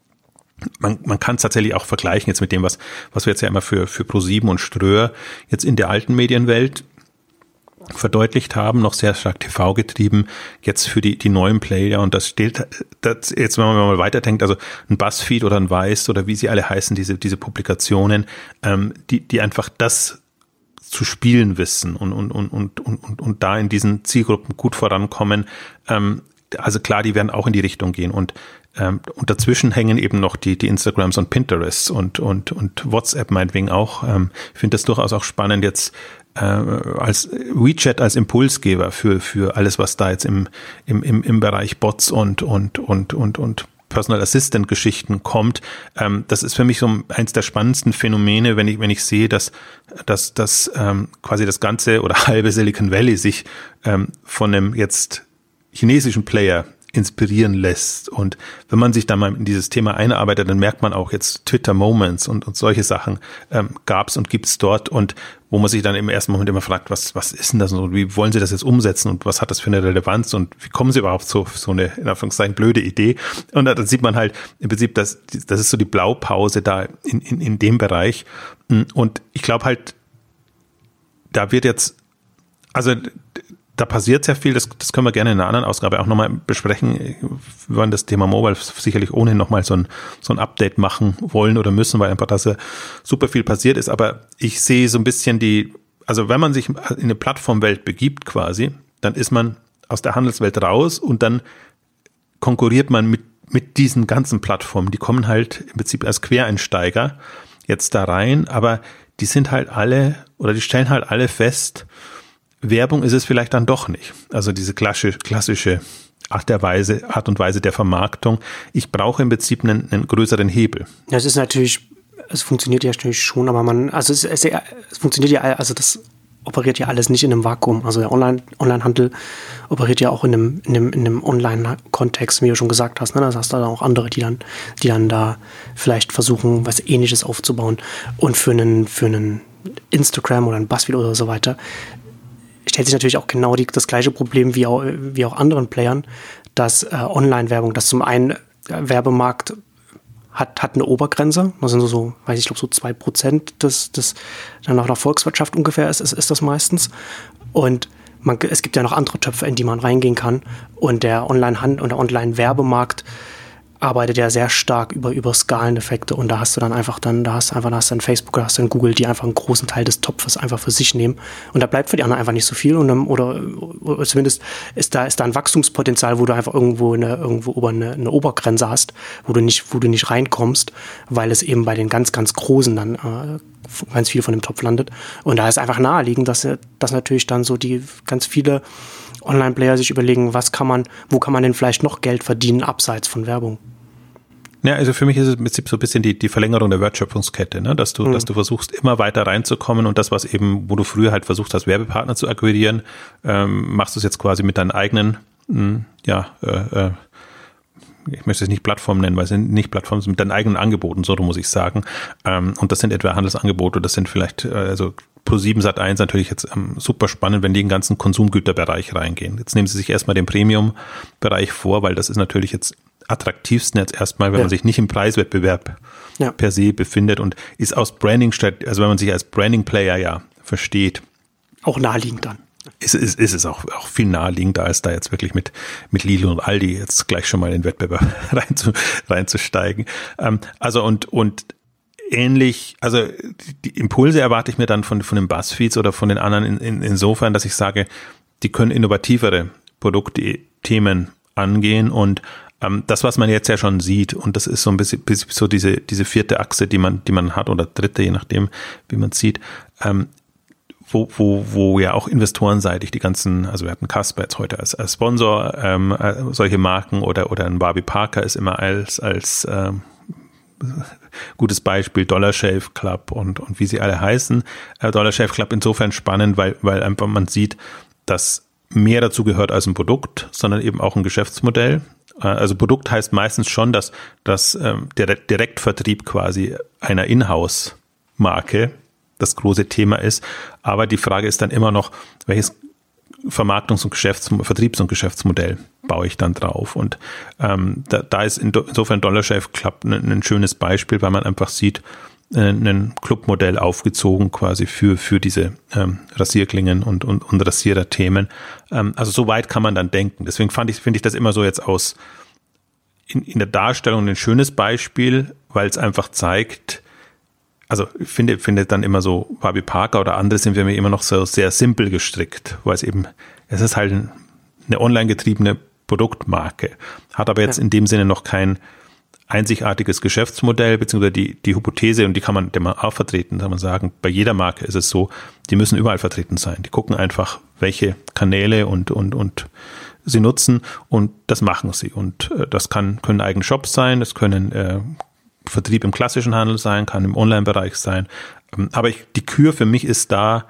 man, man kann es tatsächlich auch vergleichen jetzt mit dem, was, was wir jetzt ja immer für, für ProSieben und Ströer jetzt in der alten Medienwelt verdeutlicht haben, noch sehr stark T V getrieben, jetzt für die die neuen Player und das steht, das jetzt wenn man mal weiterdenkt, also ein BuzzFeed oder ein Vice oder wie sie alle heißen, diese diese Publikationen, ähm, die die einfach das zu spielen wissen und und und und und und da in diesen Zielgruppen gut vorankommen, ähm, also klar, die werden auch in die Richtung gehen und ähm, und dazwischen hängen eben noch die die Instagrams und Pinterests und und und WhatsApp meinetwegen auch. Ähm, ich finde das durchaus auch spannend jetzt äh, als WeChat als Impulsgeber für für alles, was da jetzt im im im im Bereich Bots und und und und und Personal Assistant Geschichten kommt. Ähm, das ist für mich so eins der spannendsten Phänomene, wenn ich wenn ich sehe, dass dass dass ähm, quasi das ganze oder halbe Silicon Valley sich ähm, von einem jetzt chinesischen Player inspirieren lässt. Und wenn man sich da mal in dieses Thema einarbeitet, dann merkt man auch jetzt Twitter Moments und, und solche Sachen ähm, gab es und gibt es dort und wo man sich dann im ersten Moment immer fragt, was was ist denn das und wie wollen sie das jetzt umsetzen und was hat das für eine Relevanz und wie kommen sie überhaupt so so eine, in Anführungszeichen, blöde Idee. Und dann sieht man halt im Prinzip, dass das ist so die Blaupause da in, in, in dem Bereich. Und ich glaube halt, da wird jetzt, also da passiert sehr viel, das, das können wir gerne in einer anderen Ausgabe auch nochmal besprechen. Wir wollen das Thema Mobile sicherlich ohnehin nochmal so ein, so ein Update machen wollen oder müssen, weil einfach da super viel passiert ist. Aber ich sehe so ein bisschen die, also wenn man sich in eine Plattformwelt begibt quasi, dann ist man aus der Handelswelt raus und dann konkurriert man mit, mit diesen ganzen Plattformen. Die kommen halt im Prinzip als Quereinsteiger jetzt da rein, aber die sind halt alle, oder die stellen halt alle fest, Werbung ist es vielleicht dann doch nicht. Also diese klassische, klassische Art, der Weise, Art und Weise der Vermarktung. Ich brauche im Prinzip einen, einen größeren Hebel.
Das ist natürlich, es funktioniert ja natürlich schon, aber man, also es, es, es funktioniert ja, also das operiert ja alles nicht in einem Vakuum. Also der Online, Onlinehandel operiert ja auch in einem, in einem, in einem Online-Kontext, wie du schon gesagt hast. Ne? Das hast du dann auch andere, die dann, die dann da vielleicht versuchen, was Ähnliches aufzubauen. Und für einen, für einen Instagram oder ein BuzzFeed oder so weiter stellt sich natürlich auch genau die, das gleiche Problem wie auch, wie auch anderen Playern, dass äh, Online-Werbung, dass zum einen äh, Werbemarkt hat, hat eine Obergrenze, das sind so, so weiß ich glaube so zwei Prozent des, des dann nach einer Volkswirtschaft ungefähr ist, ist, ist das meistens. Und man, es gibt ja noch andere Töpfe, in die man reingehen kann. Und der Online-Hand und der Online-Werbemarkt arbeitet ja sehr stark über, über Skaleneffekte und da hast du dann einfach dann, da hast du einfach, da hast du dann Facebook, da hast du dann Google, die einfach einen großen Teil des Topfes einfach für sich nehmen und da bleibt für die anderen einfach nicht so viel und dann, oder, oder zumindest ist da, ist da ein Wachstumspotenzial, wo du einfach irgendwo eine, irgendwo über eine, eine Obergrenze hast, wo du nicht, wo du nicht reinkommst, weil es eben bei den ganz, ganz Großen dann äh, ganz viel von dem Topf landet und da ist einfach naheliegend, dass, dass natürlich dann so die ganz viele Online-Player sich überlegen, was kann man, wo kann man denn vielleicht noch Geld verdienen, abseits von Werbung.
Ja, also für mich ist es im Prinzip so ein bisschen die, die Verlängerung der Wertschöpfungskette, ne? dass du, mhm. dass du versuchst, immer weiter reinzukommen und das, was eben, wo du früher halt versucht hast, Werbepartner zu akquirieren, ähm, machst du es jetzt quasi mit deinen eigenen, mh, ja, äh, äh, ich möchte es nicht Plattform nennen, weil es sind nicht Plattformen, sind mit deinen eigenen Angeboten, so muss ich sagen. Ähm, und das sind etwa Handelsangebote, das sind vielleicht, äh, also ProSieben Sat eins natürlich jetzt ähm, super spannend, wenn die in den ganzen Konsumgüterbereich reingehen. Jetzt nehmen sie sich erstmal den Premium-Bereich vor, weil das ist natürlich jetzt attraktivsten jetzt erstmal, wenn ja. man sich nicht im Preiswettbewerb ja. per se befindet und ist aus Branding, also wenn man sich als Branding-Player ja versteht.
Auch naheliegend dann.
Ist, ist, ist es auch, auch viel naheliegender, als da jetzt wirklich mit, mit Lidl und Aldi jetzt gleich schon mal in den Wettbewerb rein zu, reinzusteigen. Ähm, also und, und ähnlich, also die Impulse erwarte ich mir dann von, von den BuzzFeeds oder von den anderen in, in, insofern, dass ich sage, die können innovativere Produktthemen angehen und ähm, das, was man jetzt ja schon sieht, und das ist so ein bisschen, bisschen so diese, diese vierte Achse, die man, die man hat, oder dritte, je nachdem, wie man es sieht, ähm, wo, wo, wo ja auch investorenseitig die ganzen, also wir hatten Casper jetzt heute als, als Sponsor, ähm, solche Marken, oder, oder ein Warby Parker ist immer als, als ähm, gutes Beispiel, Dollar Shave Club und, und wie sie alle heißen. Äh, Dollar Shave Club insofern spannend, weil, weil einfach man sieht, dass mehr dazu gehört als ein Produkt, sondern eben auch ein Geschäftsmodell. Äh, also Produkt heißt meistens schon, dass, dass ähm, der Direktvertrieb quasi einer Inhouse-Marke das große Thema ist. Aber die Frage ist dann immer noch, welches Vermarktungs- und Geschäfts-, Vertriebs- und Geschäftsmodell baue ich dann drauf? Und ähm, da, da ist insofern Dollar Shave Club ein, ein schönes Beispiel, weil man einfach sieht, äh, ein Clubmodell aufgezogen quasi für, für diese ähm, Rasierklingen und, und, und Rasierer-Themen. Ähm, also so weit kann man dann denken. Deswegen fand ich, finde ich das immer so jetzt aus in, in der Darstellung ein schönes Beispiel, weil es einfach zeigt, also ich finde, finde dann immer so, Warby Parker oder andere sind wir mir immer noch so sehr simpel gestrickt, weil es eben, es ist halt eine online getriebene Produktmarke, hat aber jetzt ja. in dem Sinne noch kein einzigartiges Geschäftsmodell, beziehungsweise die, die Hypothese, und die kann man, die man auch vertreten, kann man sagen, bei jeder Marke ist es so, die müssen überall vertreten sein. Die gucken einfach, welche Kanäle und, und, und sie nutzen, und das machen sie. Und äh, das kann, können eigene Shops sein, das können äh, Vertrieb im klassischen Handel sein, kann im Online-Bereich sein. Aber ich, die Kür für mich ist da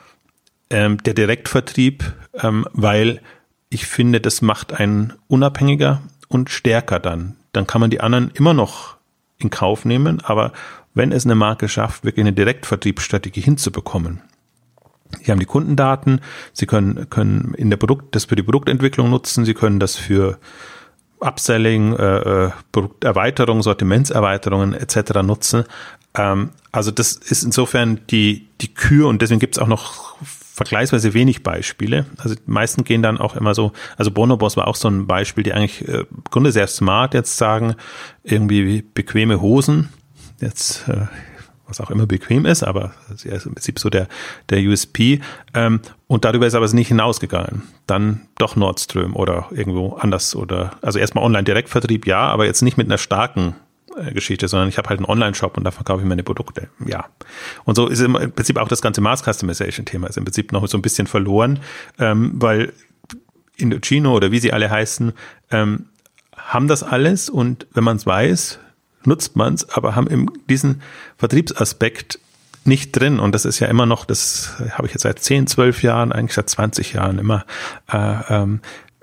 ähm, der Direktvertrieb, ähm, weil ich finde, das macht einen unabhängiger und stärker dann. Dann kann man die anderen immer noch in Kauf nehmen, aber wenn es eine Marke schafft, wirklich eine Direktvertriebsstrategie hinzubekommen. Sie haben die Kundendaten, sie können, können in der Produkt, das für die Produktentwicklung nutzen, sie können das für Upselling, äh, Produkterweiterung, Sortimentserweiterungen et cetera nutzen. Ähm, also das ist insofern die, die Kür, und deswegen gibt es auch noch vergleichsweise wenig Beispiele. Also die meisten gehen dann auch immer so, also Bonobos war auch so ein Beispiel, die eigentlich äh, im Grunde sehr smart jetzt sagen, irgendwie bequeme Hosen, jetzt äh, was auch immer bequem ist, aber das ist im Prinzip so der, der U S P. Ähm, und darüber ist aber es nicht hinausgegangen. Dann doch Nordström oder irgendwo anders, oder, also erstmal Online-Direktvertrieb, ja, aber jetzt nicht mit einer starken äh, Geschichte, sondern ich habe halt einen Online-Shop und da verkaufe ich meine Produkte, ja. Und so ist im Prinzip auch das ganze Mass-Customization-Thema ist im Prinzip noch so ein bisschen verloren, ähm, weil Indochino oder wie sie alle heißen, ähm, haben das alles, und wenn man es weiß, nutzt man es, aber haben eben diesen Vertriebsaspekt nicht drin. Und das ist ja immer noch, das habe ich jetzt seit zehn, zwölf Jahren, eigentlich seit zwanzig Jahren immer, äh, ähm,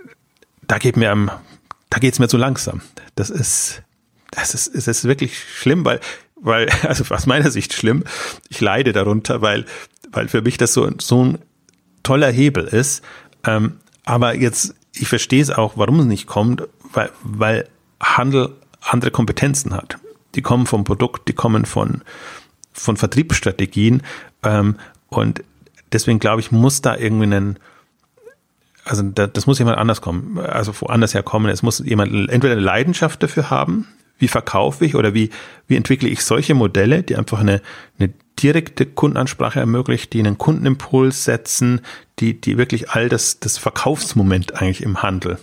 da geht mir am, da geht's mir zu langsam. Das ist, das ist, es ist wirklich schlimm, weil, weil, also aus meiner Sicht schlimm, ich leide darunter, weil, weil für mich das so, so ein toller Hebel ist. Ähm, aber jetzt, ich verstehe es auch, warum es nicht kommt, weil, weil Handel andere Kompetenzen hat. Die kommen vom Produkt, die kommen von, von Vertriebsstrategien, ähm, und deswegen glaube ich, muss da irgendwie ein, also da, das muss jemand anders kommen, also woanders herkommen. Es muss jemand entweder eine Leidenschaft dafür haben, wie verkaufe ich oder wie, wie entwickle ich solche Modelle, die einfach eine, eine direkte Kundenansprache ermöglicht, die einen Kundenimpuls setzen, die, die wirklich all das, das Verkaufsmoment eigentlich im Handel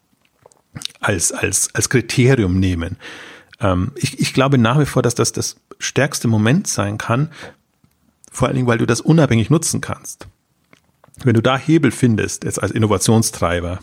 als, als, als Kriterium nehmen. Ähm, ich, ich glaube nach wie vor, dass das das stärkste Moment sein kann, vor allen Dingen, weil du das unabhängig nutzen kannst. Wenn du da Hebel findest, jetzt als Innovationstreiber,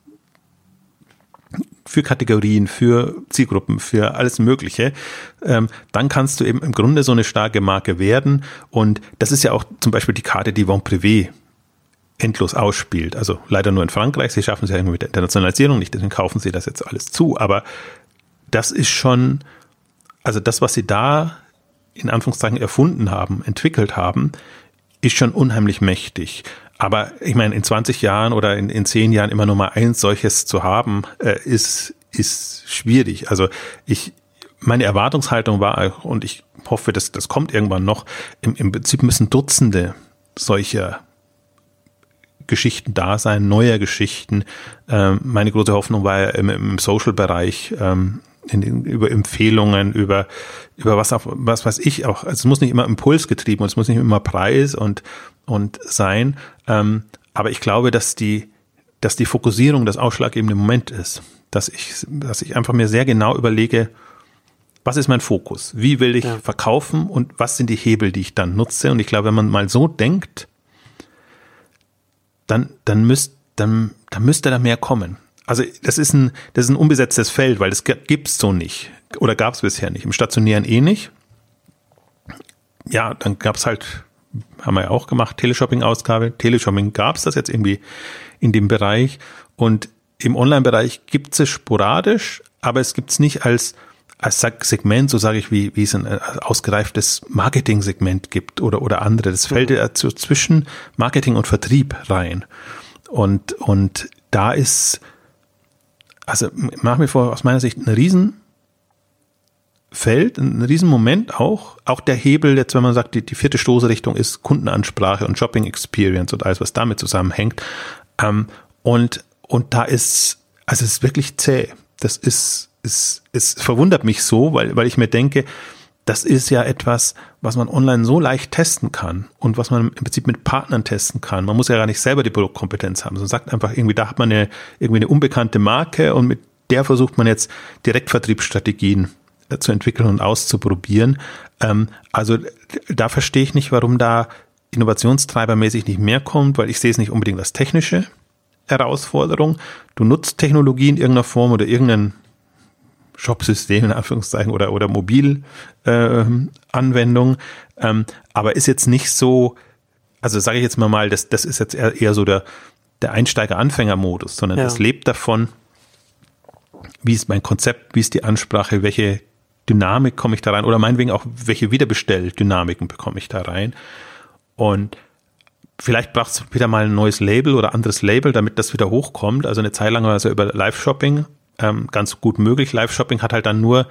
für Kategorien, für Zielgruppen, für alles Mögliche, ähm, dann kannst du eben im Grunde so eine starke Marke werden. Und das ist ja auch zum Beispiel die Karte, die Vente Privée endlos ausspielt. Also leider nur in Frankreich. Sie schaffen es ja irgendwie mit der Internationalisierung nicht, deswegen kaufen sie das jetzt alles zu. Aber das ist schon, also das, was sie da in Anführungszeichen erfunden haben, entwickelt haben, ist schon unheimlich mächtig. Aber ich meine, in zwanzig Jahren oder in, in zehn Jahren immer nur mal eins solches zu haben, äh, ist, ist schwierig. Also ich, meine Erwartungshaltung war, und ich hoffe, dass das kommt irgendwann noch, im, im Prinzip müssen Dutzende solcher Geschichten da sein, neuer Geschichten. Ähm, meine große Hoffnung war ja im, im Social-Bereich, ähm, in den, über Empfehlungen, über, über was auch, was weiß ich auch. Also es muss nicht immer impulsgetrieben und es muss nicht immer Preis und, und sein. Ähm, aber ich glaube, dass die, dass die Fokussierung das ausschlaggebende Moment ist. Dass ich, dass ich einfach mir sehr genau überlege, was ist mein Fokus? Wie will ich ja. verkaufen und was sind die Hebel, die ich dann nutze? Und ich glaube, wenn man mal so denkt, dann, dann, müsst, dann, dann müsste da mehr kommen. Also das ist ein, das ist ein unbesetztes Feld, weil das gibt's so nicht. Oder gab es bisher nicht. Im Stationären eh nicht. Ja, dann gab's halt, haben wir ja auch gemacht, Teleshopping-Ausgabe. Teleshopping gab's das jetzt irgendwie in dem Bereich. Und im Online-Bereich gibt's es sporadisch, aber es gibt's nicht als, als Segment, so sage ich, wie, wie es ein ausgereiftes Marketing-Segment gibt oder, oder andere. Das fällt ja so zwischen Marketing und Vertrieb rein. Und, und da ist, also nach wie vor aus meiner Sicht ein Riesenfeld, ein Riesenmoment auch. Auch der Hebel, jetzt wenn man sagt, die, die vierte Stoßrichtung ist Kundenansprache und Shopping Experience und alles, was damit zusammenhängt. Ähm, und, und da ist, also es ist wirklich zäh. Das ist, ist, es verwundert mich so, weil, weil ich mir denke, das ist ja etwas, was man online so leicht testen kann und was man im Prinzip mit Partnern testen kann. Man muss ja gar nicht selber die Produktkompetenz haben. Man sagt einfach irgendwie, da hat man eine, irgendwie eine unbekannte Marke und mit der versucht man jetzt Direktvertriebsstrategien zu entwickeln und auszuprobieren. Ähm, also da verstehe ich nicht, warum da innovationstreibermäßig nicht mehr kommt, weil ich sehe es nicht unbedingt als technische Herausforderung. Du nutzt Technologie in irgendeiner Form oder irgendein Shop-System in Anführungszeichen oder, oder Mobil-Anwendung, äh, ähm, aber ist jetzt nicht so, also sage ich jetzt mal mal, das, das ist jetzt eher, eher so der, der Einsteiger-Anfänger-Modus, sondern es ja. lebt davon, wie ist mein Konzept, wie ist die Ansprache, welche Dynamik komme ich da rein oder meinetwegen auch, welche Wiederbestell-Dynamiken bekomme ich da rein und vielleicht braucht es wieder mal ein neues Label oder anderes Label, damit das wieder hochkommt, also eine Zeit lang war es ja über Live-Shopping Ähm, ganz gut möglich. Live-Shopping hat halt dann nur,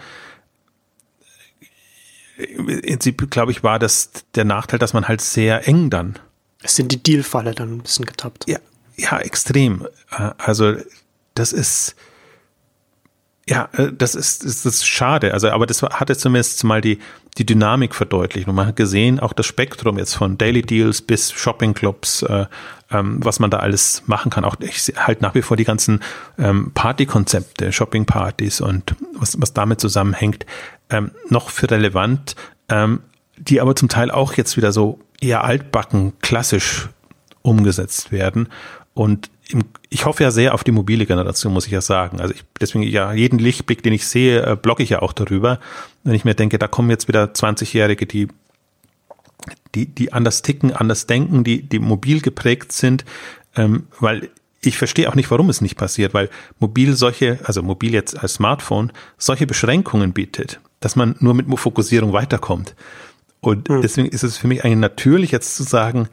im Prinzip, glaube ich, war das der Nachteil, dass man halt sehr eng dann.
Es sind die Deal-Falle dann ein bisschen getappt.
Ja, ja, extrem. Also das ist, ja, das ist, das ist schade. Also, aber das hatte zumindest mal die, die Dynamik verdeutlicht. Und man hat gesehen, auch das Spektrum jetzt von Daily Deals bis Shopping Clubs, äh, ähm, was man da alles machen kann. Auch ich halt nach wie vor die ganzen ähm, Partykonzepte, Shopping-Partys und was, was damit zusammenhängt, ähm, noch für relevant, ähm, die aber zum Teil auch jetzt wieder so eher altbacken, klassisch umgesetzt werden. Und im, ich hoffe ja sehr auf die mobile Generation, muss ich ja sagen. Also ich, deswegen ja jeden Lichtblick, den ich sehe, äh, blogge ich ja auch darüber. Wenn ich mir denke, da kommen jetzt wieder zwanzigjährige, die die die anders ticken, anders denken, die die mobil geprägt sind, ähm, weil ich verstehe auch nicht, warum es nicht passiert, weil mobil solche, also mobil jetzt als Smartphone, solche Beschränkungen bietet, dass man nur mit Fokussierung weiterkommt. Und hm. deswegen ist es für mich eigentlich natürlich jetzt zu sagen,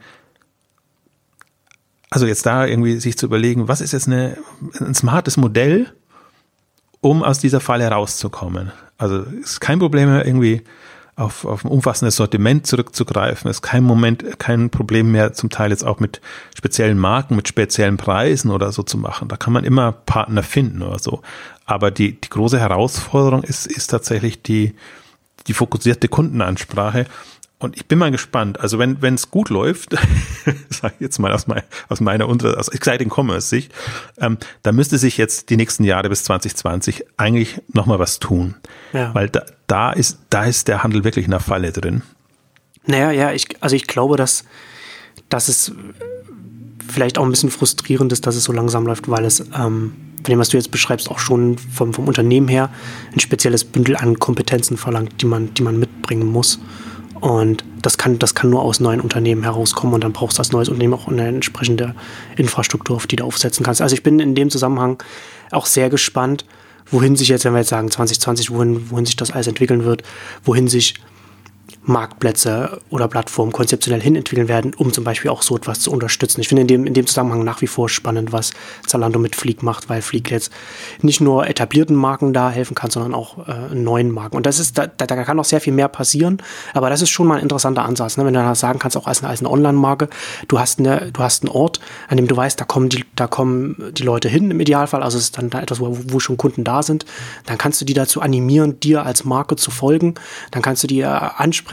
also jetzt da irgendwie sich zu überlegen, was ist jetzt eine, ein smartes Modell, um aus dieser Falle herauszukommen. Also ist kein Problem mehr irgendwie auf, auf ein umfassendes Sortiment zurückzugreifen, ist kein Moment, kein Problem mehr zum Teil jetzt auch mit speziellen Marken, mit speziellen Preisen oder so zu machen. Da kann man immer Partner finden oder so. Aber die, die große Herausforderung ist, ist tatsächlich die, die fokussierte Kundenansprache. Und ich bin mal gespannt, also wenn wenn es gut läuft, sage ich jetzt mal aus, mein, aus meiner unter, aus Exciting Commerce Sicht, ähm, da müsste sich jetzt die nächsten Jahre bis zwanzig zwanzig eigentlich nochmal was tun. Ja. Weil da, da ist da ist der Handel wirklich in der Falle drin.
Naja, ja, ich, also ich glaube, dass, dass es vielleicht auch ein bisschen frustrierend ist, dass es so langsam läuft, weil es, ähm, von dem, was du jetzt beschreibst, auch schon vom, vom Unternehmen her ein spezielles Bündel an Kompetenzen verlangt, die man, die man mitbringen muss. Und das kann, das kann nur aus neuen Unternehmen herauskommen und dann brauchst du als neues Unternehmen auch eine entsprechende Infrastruktur, auf die du aufsetzen kannst. Also ich bin in dem Zusammenhang auch sehr gespannt, wohin sich jetzt, wenn wir jetzt sagen zwanzig zwanzig, wohin, wohin sich das alles entwickeln wird, wohin sich Marktplätze oder Plattformen konzeptionell hinentwickeln werden, um zum Beispiel auch so etwas zu unterstützen. Ich finde in dem, in dem Zusammenhang nach wie vor spannend, was Zalando mit Fleek macht, weil Fleek jetzt nicht nur etablierten Marken da helfen kann, sondern auch äh, neuen Marken. Und das ist, da, da kann noch sehr viel mehr passieren, aber das ist schon mal ein interessanter Ansatz, ne? Wenn du dann sagen kannst, auch als eine, als eine Online-Marke, du hast eine, du hast einen Ort, an dem du weißt, da kommen die, da kommen die Leute hin im Idealfall, also es ist dann da etwas, wo, wo schon Kunden da sind, dann kannst du die dazu animieren, dir als Marke zu folgen, dann kannst du die äh, ansprechen,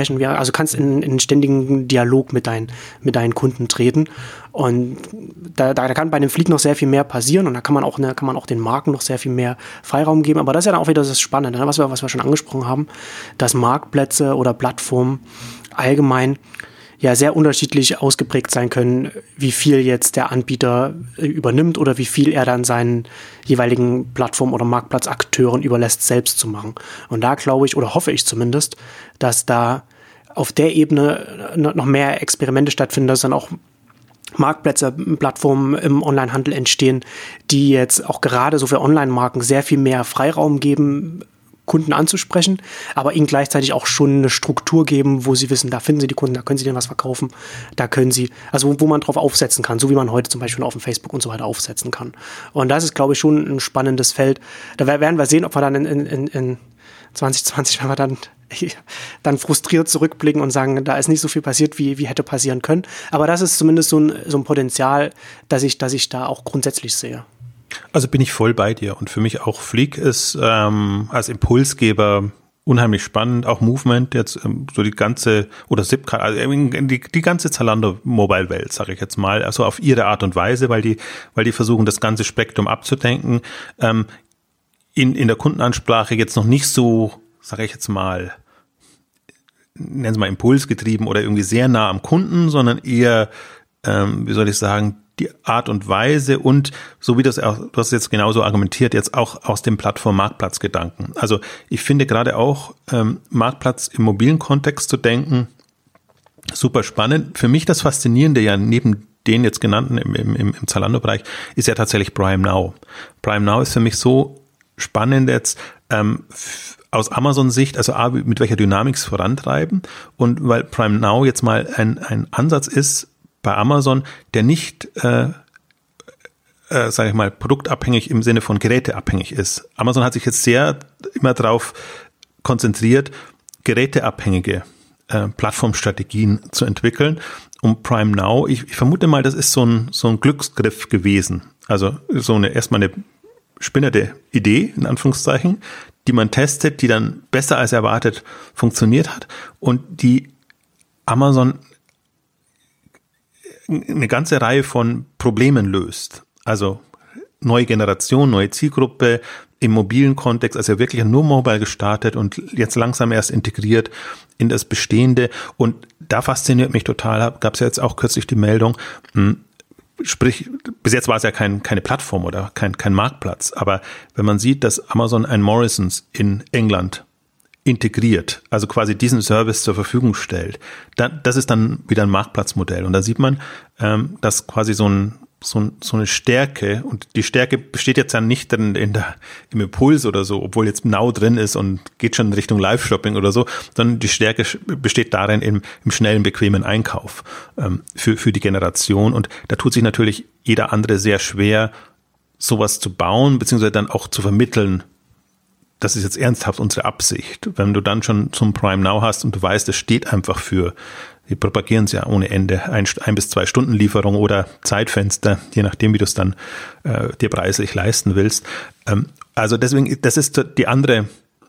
ansprechen, wie, also kannst in, in ständigen Dialog mit, dein, mit deinen Kunden treten. Und da, da kann bei dem Fleek noch sehr viel mehr passieren und da kann man auch, ne, kann man auch den Marken noch sehr viel mehr Freiraum geben. Aber das ist ja dann auch wieder das Spannende, ne, was wir, was wir schon angesprochen haben, dass Marktplätze oder Plattformen allgemein ja sehr unterschiedlich ausgeprägt sein können, wie viel jetzt der Anbieter übernimmt oder wie viel er dann seinen jeweiligen Plattform- oder Marktplatzakteuren überlässt, selbst zu machen. Und da glaube ich, oder hoffe ich zumindest, dass da auf der Ebene noch mehr Experimente stattfinden, dass dann auch Marktplätze, Plattformen im Onlinehandel entstehen, die jetzt auch gerade so für Online-Marken sehr viel mehr Freiraum geben, Kunden anzusprechen, aber ihnen gleichzeitig auch schon eine Struktur geben, wo sie wissen, da finden sie die Kunden, da können sie denen was verkaufen, da können sie, also wo, wo man drauf aufsetzen kann, so wie man heute zum Beispiel auf dem Facebook und so weiter aufsetzen kann. Und das ist, glaube ich, schon ein spannendes Feld. Da werden wir sehen, ob wir dann in, in, in zwanzig zwanzig, wenn wir dann, dann frustriert zurückblicken und sagen, da ist nicht so viel passiert, wie, wie hätte passieren können. Aber das ist zumindest so ein, so ein Potenzial, dass ich, dass ich da auch grundsätzlich sehe.
Also bin ich voll bei dir und für mich auch Fleek ist ähm, als Impulsgeber unheimlich spannend, auch Movement jetzt ähm, so die ganze oder Zipcar, also die, die ganze Zalando-Mobile-Welt, sage ich jetzt mal, also auf ihre Art und Weise, weil die, weil die versuchen, das ganze Spektrum abzudenken. Ähm, in, in der Kundenansprache jetzt noch nicht so, sage ich jetzt mal, nennen Sie mal impulsgetrieben oder irgendwie sehr nah am Kunden, sondern eher, ähm, wie soll ich sagen, die Art und Weise und so wie das auch, du hast jetzt genauso argumentiert, jetzt auch aus dem Plattform-Marktplatz-Gedanken. Also ich finde gerade auch ähm, Marktplatz im mobilen Kontext zu denken, super spannend. Für mich das Faszinierende ja neben den jetzt genannten im, im, im Zalando-Bereich ist ja tatsächlich Prime Now. Prime Now ist für mich so spannend jetzt ähm, aus Amazon-Sicht, also A, mit welcher Dynamik es vorantreiben und weil Prime Now jetzt mal ein, ein Ansatz ist, bei Amazon, der nicht, äh, äh, sage ich mal, produktabhängig im Sinne von geräteabhängig ist. Amazon hat sich jetzt sehr immer darauf konzentriert, geräteabhängige äh, Plattformstrategien zu entwickeln. Und Prime Now, ich, ich vermute mal, das ist so ein, so ein Glücksgriff gewesen. Also so eine erstmal eine spinnerte Idee, in Anführungszeichen, die man testet, die dann besser als erwartet funktioniert hat und die Amazon eine ganze Reihe von Problemen löst. Also neue Generation, neue Zielgruppe im mobilen Kontext, also wirklich nur mobile gestartet und jetzt langsam erst integriert in das Bestehende. Und da fasziniert mich total, gab es ja jetzt auch kürzlich die Meldung, sprich, bis jetzt war es ja kein, keine Plattform oder kein, kein Marktplatz, aber wenn man sieht, dass Amazon ein Morrisons in England integriert, also quasi diesen Service zur Verfügung stellt, dann, das ist dann wieder ein Marktplatzmodell. Und da sieht man, ähm, dass quasi so, ein, so, ein, so eine Stärke, und die Stärke besteht jetzt ja nicht in, in der, im Impuls oder so, obwohl jetzt Now drin ist und geht schon in Richtung Live-Shopping oder so, sondern die Stärke besteht darin im, im schnellen, bequemen Einkauf ähm, für, für die Generation. Und da tut sich natürlich jeder andere sehr schwer, sowas zu bauen, beziehungsweise dann auch zu vermitteln. Das ist jetzt ernsthaft unsere Absicht. Wenn du dann schon zum Prime Now hast und du weißt, es steht einfach für, die propagieren es ja ohne Ende, ein, ein bis zwei Stunden Lieferung oder Zeitfenster, je nachdem, wie du es dann äh, dir preislich leisten willst. Ähm, also deswegen, das ist die andere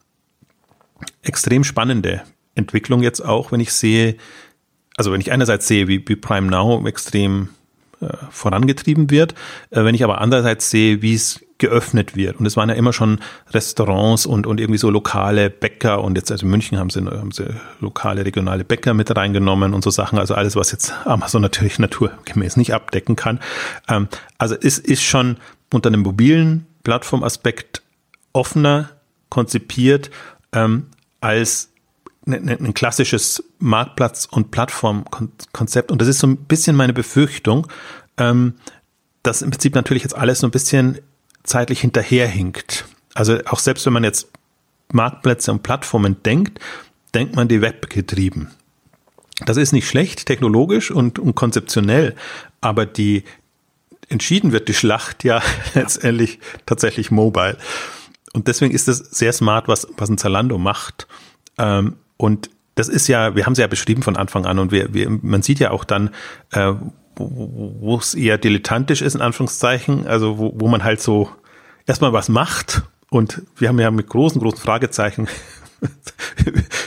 extrem spannende Entwicklung jetzt auch, wenn ich sehe, also wenn ich einerseits sehe, wie, wie Prime Now extrem äh, vorangetrieben wird, äh, wenn ich aber andererseits sehe, wie es geöffnet wird. Und es waren ja immer schon Restaurants und, und irgendwie so lokale Bäcker und jetzt, also in München haben sie, haben sie lokale, regionale Bäcker mit reingenommen und so Sachen, also alles, was jetzt Amazon natürlich naturgemäß nicht abdecken kann. Ähm, also es ist schon unter einem mobilen Plattformaspekt offener konzipiert ähm, als ein, ein klassisches Marktplatz- und Plattformkonzept. Und das ist so ein bisschen meine Befürchtung, ähm, dass im Prinzip natürlich jetzt alles so ein bisschen zeitlich hinterherhinkt. Also auch selbst wenn man jetzt Marktplätze und Plattformen denkt, denkt man die webgetrieben. Das ist nicht schlecht, technologisch und, und konzeptionell, aber die entschieden wird die Schlacht ja letztendlich tatsächlich mobile. Und deswegen ist es sehr smart, was, was ein Zalando macht. Ähm, und das ist ja, wir haben es ja beschrieben von Anfang an und wir, wir, man sieht ja auch dann, äh, wo es eher dilettantisch ist, in Anführungszeichen, also wo, wo man halt so erstmal was macht und wir haben ja mit großen, großen Fragezeichen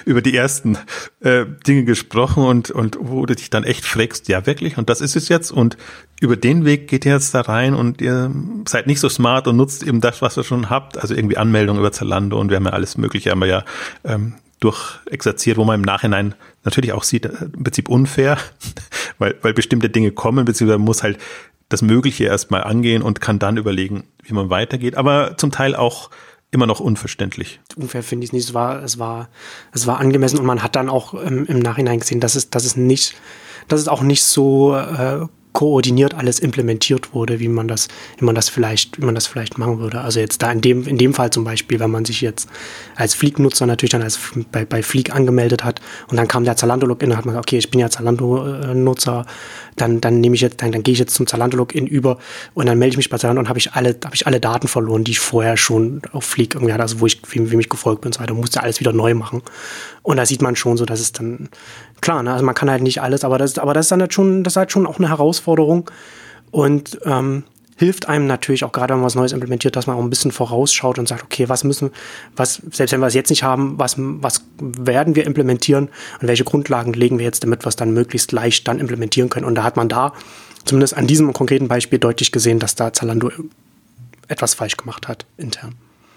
über die ersten äh, Dinge gesprochen und, und wo du dich dann echt fragst, ja wirklich, und das ist es jetzt und über den Weg geht ihr jetzt da rein und ihr seid nicht so smart und nutzt eben das, was ihr schon habt, also irgendwie Anmeldungen über Zalando und wir haben ja alles Mögliche, haben wir ja ähm, durchexerziert, wo man im Nachhinein natürlich auch sieht, im Prinzip unfair, weil, weil bestimmte Dinge kommen, beziehungsweise man muss halt das Mögliche erstmal angehen und kann dann überlegen, wie man weitergeht, aber zum Teil auch immer noch unverständlich.
Unfair finde ich es nicht, es war, es war, es war angemessen und man hat dann auch ähm, im Nachhinein gesehen, dass es, dass es nicht, dass es auch nicht so äh, koordiniert alles implementiert wurde, wie man das, wie man das vielleicht, wie man das vielleicht machen würde. Also jetzt da in dem, in dem Fall zum Beispiel, wenn man sich jetzt als Fleek-Nutzer natürlich dann als bei, bei Fleek angemeldet hat und dann kam der Zalando-Login und hat man gesagt, okay, ich bin ja Zalando-Nutzer, dann, dann nehme ich jetzt, dann, dann gehe ich jetzt zum Zalando-Login über und dann melde ich mich bei Zalando und habe ich alle, habe ich alle Daten verloren, die ich vorher schon auf Fleek irgendwie hatte, also wo ich, wie, wie mich gefolgt bin und so weiter, musste alles wieder neu machen. Und da sieht man schon so, dass es dann, klar, ne, also man kann halt nicht alles, aber das, aber das ist dann halt schon, das ist halt schon auch eine Herausforderung und ähm, hilft einem natürlich auch gerade, wenn man was Neues implementiert, dass man auch ein bisschen vorausschaut und sagt, okay, was müssen, was, selbst wenn wir es jetzt nicht haben, was, was werden wir implementieren und welche Grundlagen legen wir jetzt, damit wir es dann möglichst leicht dann implementieren können. Und da hat man da zumindest an diesem konkreten Beispiel deutlich gesehen, dass da Zalando etwas falsch gemacht hat, intern.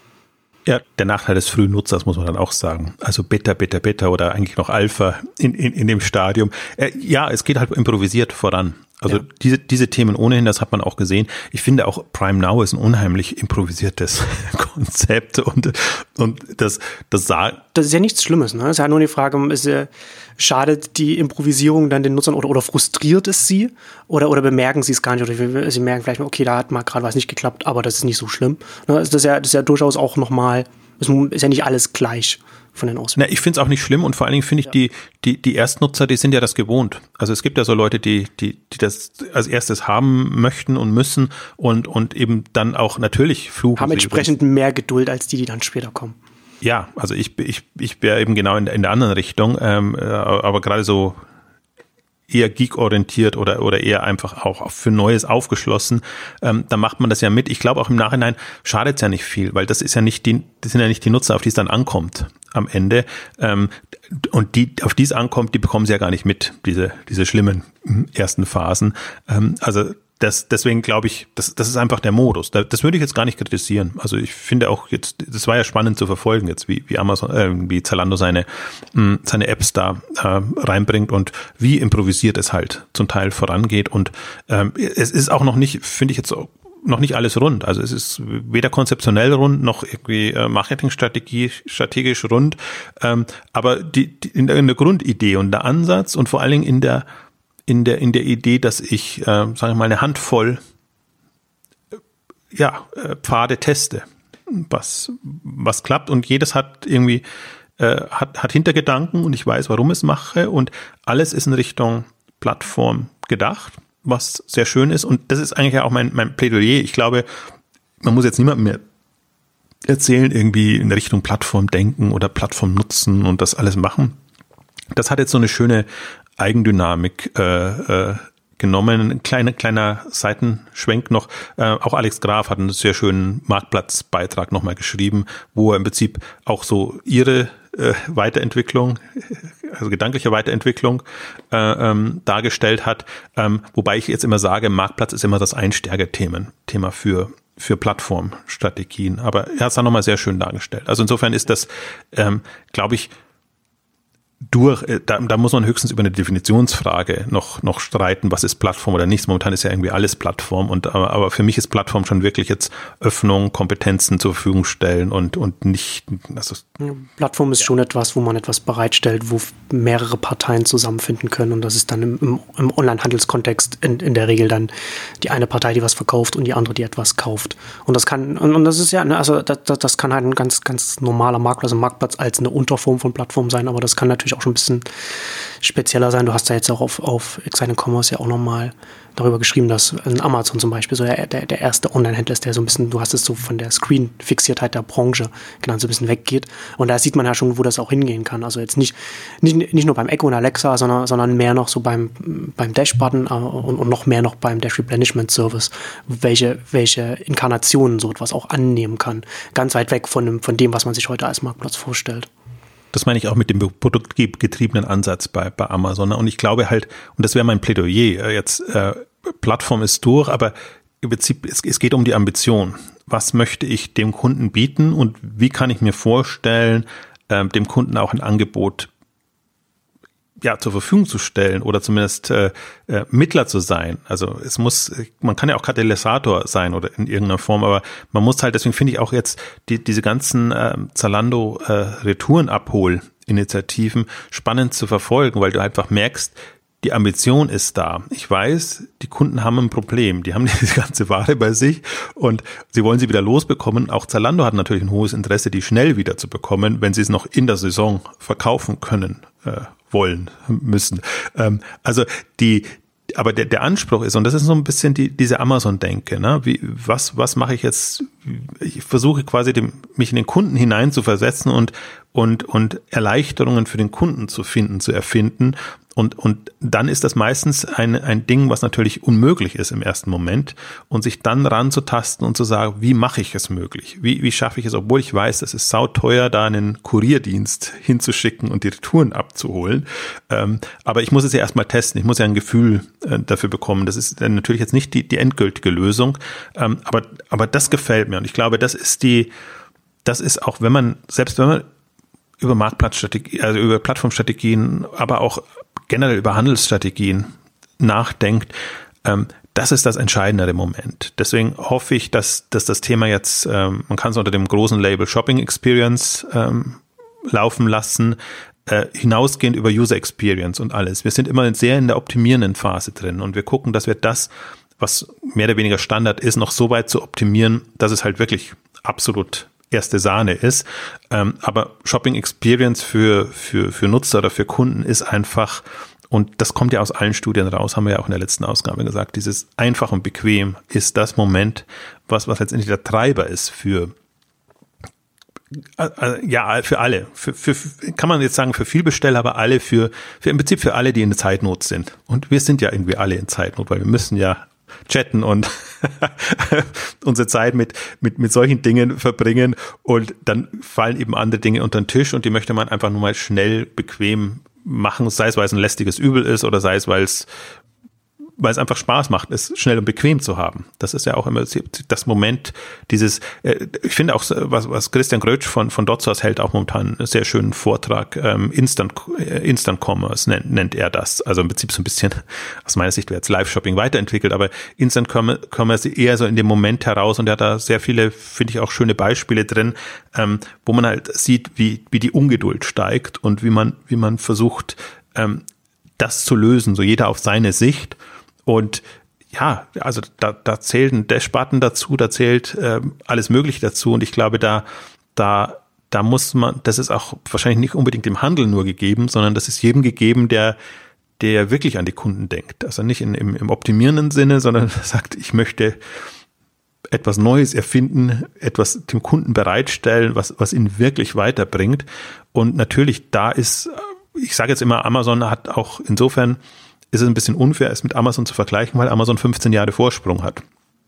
Ja, der Nachteil des frühen Nutzers muss man dann auch sagen. Also Beta, Beta, Beta oder eigentlich noch Alpha in, in, in dem Stadium. Äh, ja, es geht halt improvisiert voran. Also ja. diese, diese Themen ohnehin, das hat man auch gesehen. Ich finde auch Prime Now ist ein unheimlich improvisiertes Konzept und, und das, das sah.
Das ist ja nichts Schlimmes, ne? Es ist ja nur die Frage, ist, äh, schadet die Improvisierung dann den Nutzern oder, oder frustriert es sie oder, oder bemerken sie es gar nicht oder sie merken vielleicht, okay, da hat mal gerade was nicht geklappt, aber das ist nicht so schlimm. Ne? Das ist ja, das ist ja durchaus auch nochmal, es ist ja nicht alles gleich von den Auswirkungen.
Na, ich finde es auch nicht schlimm und vor allen Dingen finde ich ja. die, die, die Erstnutzer, die sind ja das gewohnt. Also es gibt ja so Leute, die, die, die das als erstes haben möchten und müssen und, und eben dann auch natürlich fluchen.
Haben entsprechend mehr Geduld als die, die dann später kommen.
Ja, also ich, ich, ich wäre eben genau in der, in der anderen Richtung, ähm, aber gerade so eher geek-orientiert oder, oder eher einfach auch für Neues aufgeschlossen, ähm, da macht man das ja mit. Ich glaube auch im Nachhinein schadet es ja nicht viel, weil das ist ja nicht die, das sind ja nicht die Nutzer, auf die es dann ankommt am Ende. Ähm, und die, auf die es ankommt, die bekommen sie ja gar nicht mit, diese, diese schlimmen ersten Phasen. Ähm, also Das, deswegen glaube ich, das, das ist einfach der Modus. Das würde ich jetzt gar nicht kritisieren. Also ich finde auch jetzt, das war ja spannend zu verfolgen jetzt, wie, wie Amazon, äh, wie Zalando seine, mh, seine Apps da äh, reinbringt und wie improvisiert es halt zum Teil vorangeht. Und ähm, es ist auch noch nicht, finde ich jetzt auch, noch nicht alles rund. Also es ist weder konzeptionell rund, noch irgendwie äh, Marketingstrategie, strategisch rund. Ähm, aber die, die in, der, in der Grundidee und der Ansatz und vor allen Dingen in der in der in der Idee, dass ich, äh, sage ich mal, eine Handvoll äh, ja äh, Pfade teste, was was klappt und jedes hat irgendwie äh, hat hat Hintergedanken und ich weiß, warum ich es mache und alles ist in Richtung Plattform gedacht, was sehr schön ist und das ist eigentlich ja auch mein mein Plädoyer. Ich glaube, man muss jetzt niemandem mehr erzählen, irgendwie in Richtung Plattform denken oder Plattform nutzen und das alles machen. Das hat jetzt so eine schöne Eigendynamik äh, äh, genommen. Ein kleiner, kleiner Seitenschwenk noch. Äh, auch Alex Graf hat einen sehr schönen Marktplatzbeitrag nochmal geschrieben, wo er im Prinzip auch so ihre äh, Weiterentwicklung, also gedankliche Weiterentwicklung äh, ähm, dargestellt hat. Ähm, wobei ich jetzt immer sage, Marktplatz ist immer das Einsteigerthemen, Thema für für Plattformstrategien. Aber er hat es dann nochmal sehr schön dargestellt. Also insofern ist das, ähm, glaube ich, durch, da, da muss man höchstens über eine Definitionsfrage noch noch streiten, was ist Plattform oder nichts. Momentan ist ja irgendwie alles Plattform und aber, aber für mich ist Plattform schon wirklich jetzt Öffnung, Kompetenzen zur Verfügung stellen und und nicht. Also,
Plattform ist ja schon etwas, wo man etwas bereitstellt, wo mehrere Parteien zusammenfinden können und das ist dann im, im, im Online-Handelskontext in, in der Regel dann die eine Partei, die was verkauft und die andere, die etwas kauft. Und das kann und, und das ist ja, also das, das kann halt ein ganz ganz normaler Marktplatz, also Marktplatz als eine Unterform von Plattform sein, aber das kann natürlich auch schon ein bisschen spezieller sein. Du hast da jetzt auch auf, auf Exciting Commerce ja auch nochmal darüber geschrieben, dass ein Amazon zum Beispiel so der, der, der erste Online-Händler ist, der so ein bisschen, du hast es so von der Screen-Fixiertheit der Branche genannt, so ein bisschen weggeht. Und da sieht man ja schon, wo das auch hingehen kann. Also jetzt nicht, nicht, nicht nur beim Echo und Alexa, sondern, sondern mehr noch so beim, beim Dash-Button und, und noch mehr noch beim Dash-Replenishment-Service, welche, welche Inkarnationen so etwas auch annehmen kann. Ganz weit weg von dem, von dem, was man sich heute als Marktplatz vorstellt.
Das meine ich auch mit dem produktgetriebenen Ansatz bei, bei Amazon. Und ich glaube halt, und das wäre mein Plädoyer, jetzt äh, Plattform ist durch, aber im Prinzip, es, es geht um die Ambition. Was möchte ich dem Kunden bieten und wie kann ich mir vorstellen, äh, dem Kunden auch ein Angebot ja, zur Verfügung zu stellen oder zumindest äh, äh, Mittler zu sein. Also es muss, man kann ja auch Katalysator sein oder in irgendeiner Form, aber man muss halt, deswegen finde ich auch jetzt die, diese ganzen äh, Zalando äh, Retourenabhol-Initiativen spannend zu verfolgen, weil du einfach merkst, die Ambition ist da. Ich weiß, die Kunden haben ein Problem. Die haben diese ganze Ware bei sich und sie wollen sie wieder losbekommen. Auch Zalando hat natürlich ein hohes Interesse, die schnell wieder zu bekommen, wenn sie es noch in der Saison verkaufen können, äh, wollen, müssen. Ähm, also die, aber der, der Anspruch ist, und das ist so ein bisschen die, diese Amazon-Denke, ne? Wie, was, was mache ich jetzt? Ich versuche quasi dem, mich in den Kunden hineinzuversetzen und, und, und Erleichterungen für den Kunden zu finden, zu erfinden. Und, und dann ist das meistens ein, ein Ding, was natürlich unmöglich ist im ersten Moment. Und sich dann ranzutasten und zu sagen, wie mache ich es möglich? Wie, wie schaffe ich es, obwohl ich weiß, es ist sauteuer, da einen Kurierdienst hinzuschicken und die Retouren abzuholen. Ähm, aber ich muss es ja erstmal testen. Ich muss ja ein Gefühl äh, dafür bekommen. Das ist dann natürlich jetzt nicht die, die endgültige Lösung. Ähm, aber, aber das gefällt mir. Und ich glaube, das ist die, das ist auch, wenn man, selbst wenn man über Marktplatzstrategie, also über Plattformstrategien, aber auch generell über Handelsstrategien nachdenkt, ähm, das ist das entscheidendere Moment. Deswegen hoffe ich, dass, dass das Thema jetzt, ähm, man kann es unter dem großen Label Shopping Experience ähm, laufen lassen, äh, hinausgehend über User Experience und alles. Wir sind immer sehr in der optimierenden Phase drin und wir gucken, dass wir das, was mehr oder weniger Standard ist, noch so weit zu optimieren, dass es halt wirklich absolut erste Sahne ist. Ähm, aber Shopping Experience für, für, für Nutzer oder für Kunden ist einfach, und das kommt ja aus allen Studien raus, haben wir ja auch in der letzten Ausgabe gesagt, dieses einfach und bequem ist das Moment, was, was letztendlich der Treiber ist für, äh, ja, für alle. Für, für, kann man jetzt sagen, für Vielbesteller, aber alle für, für, im Prinzip für alle, die in Zeitnot sind. Und wir sind ja irgendwie alle in Zeitnot, weil wir müssen ja chatten und unsere Zeit mit, mit, mit solchen Dingen verbringen und dann fallen eben andere Dinge unter den Tisch und die möchte man einfach nur mal schnell, bequem machen, sei es, weil es ein lästiges Übel ist oder sei es, weil es weil es einfach Spaß macht, es schnell und bequem zu haben. Das ist ja auch immer das Moment dieses, äh, ich finde auch, was, was Christian Grötsch von, von Dotsource hält, auch momentan einen sehr schönen Vortrag, ähm, Instant, äh, Instant Commerce nennt, nennt er das. Also im Prinzip so ein bisschen, aus meiner Sicht wird jetzt Live-Shopping weiterentwickelt, aber Instant Commerce eher so in dem Moment heraus und er hat da sehr viele, finde ich auch schöne Beispiele drin, ähm, wo man halt sieht, wie, wie die Ungeduld steigt und wie man, wie man versucht, ähm, das zu lösen, so jeder auf seine Sicht. Und ja, also da, da zählt ein Dash-Button dazu, da zählt äh, alles Mögliche dazu. Und ich glaube, da, da, da muss man, das ist auch wahrscheinlich nicht unbedingt im Handel nur gegeben, sondern das ist jedem gegeben, der, der wirklich an die Kunden denkt. Also nicht in, im, im optimierenden Sinne, sondern sagt, ich möchte etwas Neues erfinden, etwas dem Kunden bereitstellen, was, was ihn wirklich weiterbringt. Und natürlich, da ist, ich sage jetzt immer, Amazon hat auch insofern, ist es ein bisschen unfair, es mit Amazon zu vergleichen, weil Amazon fünfzehn Jahre Vorsprung hat.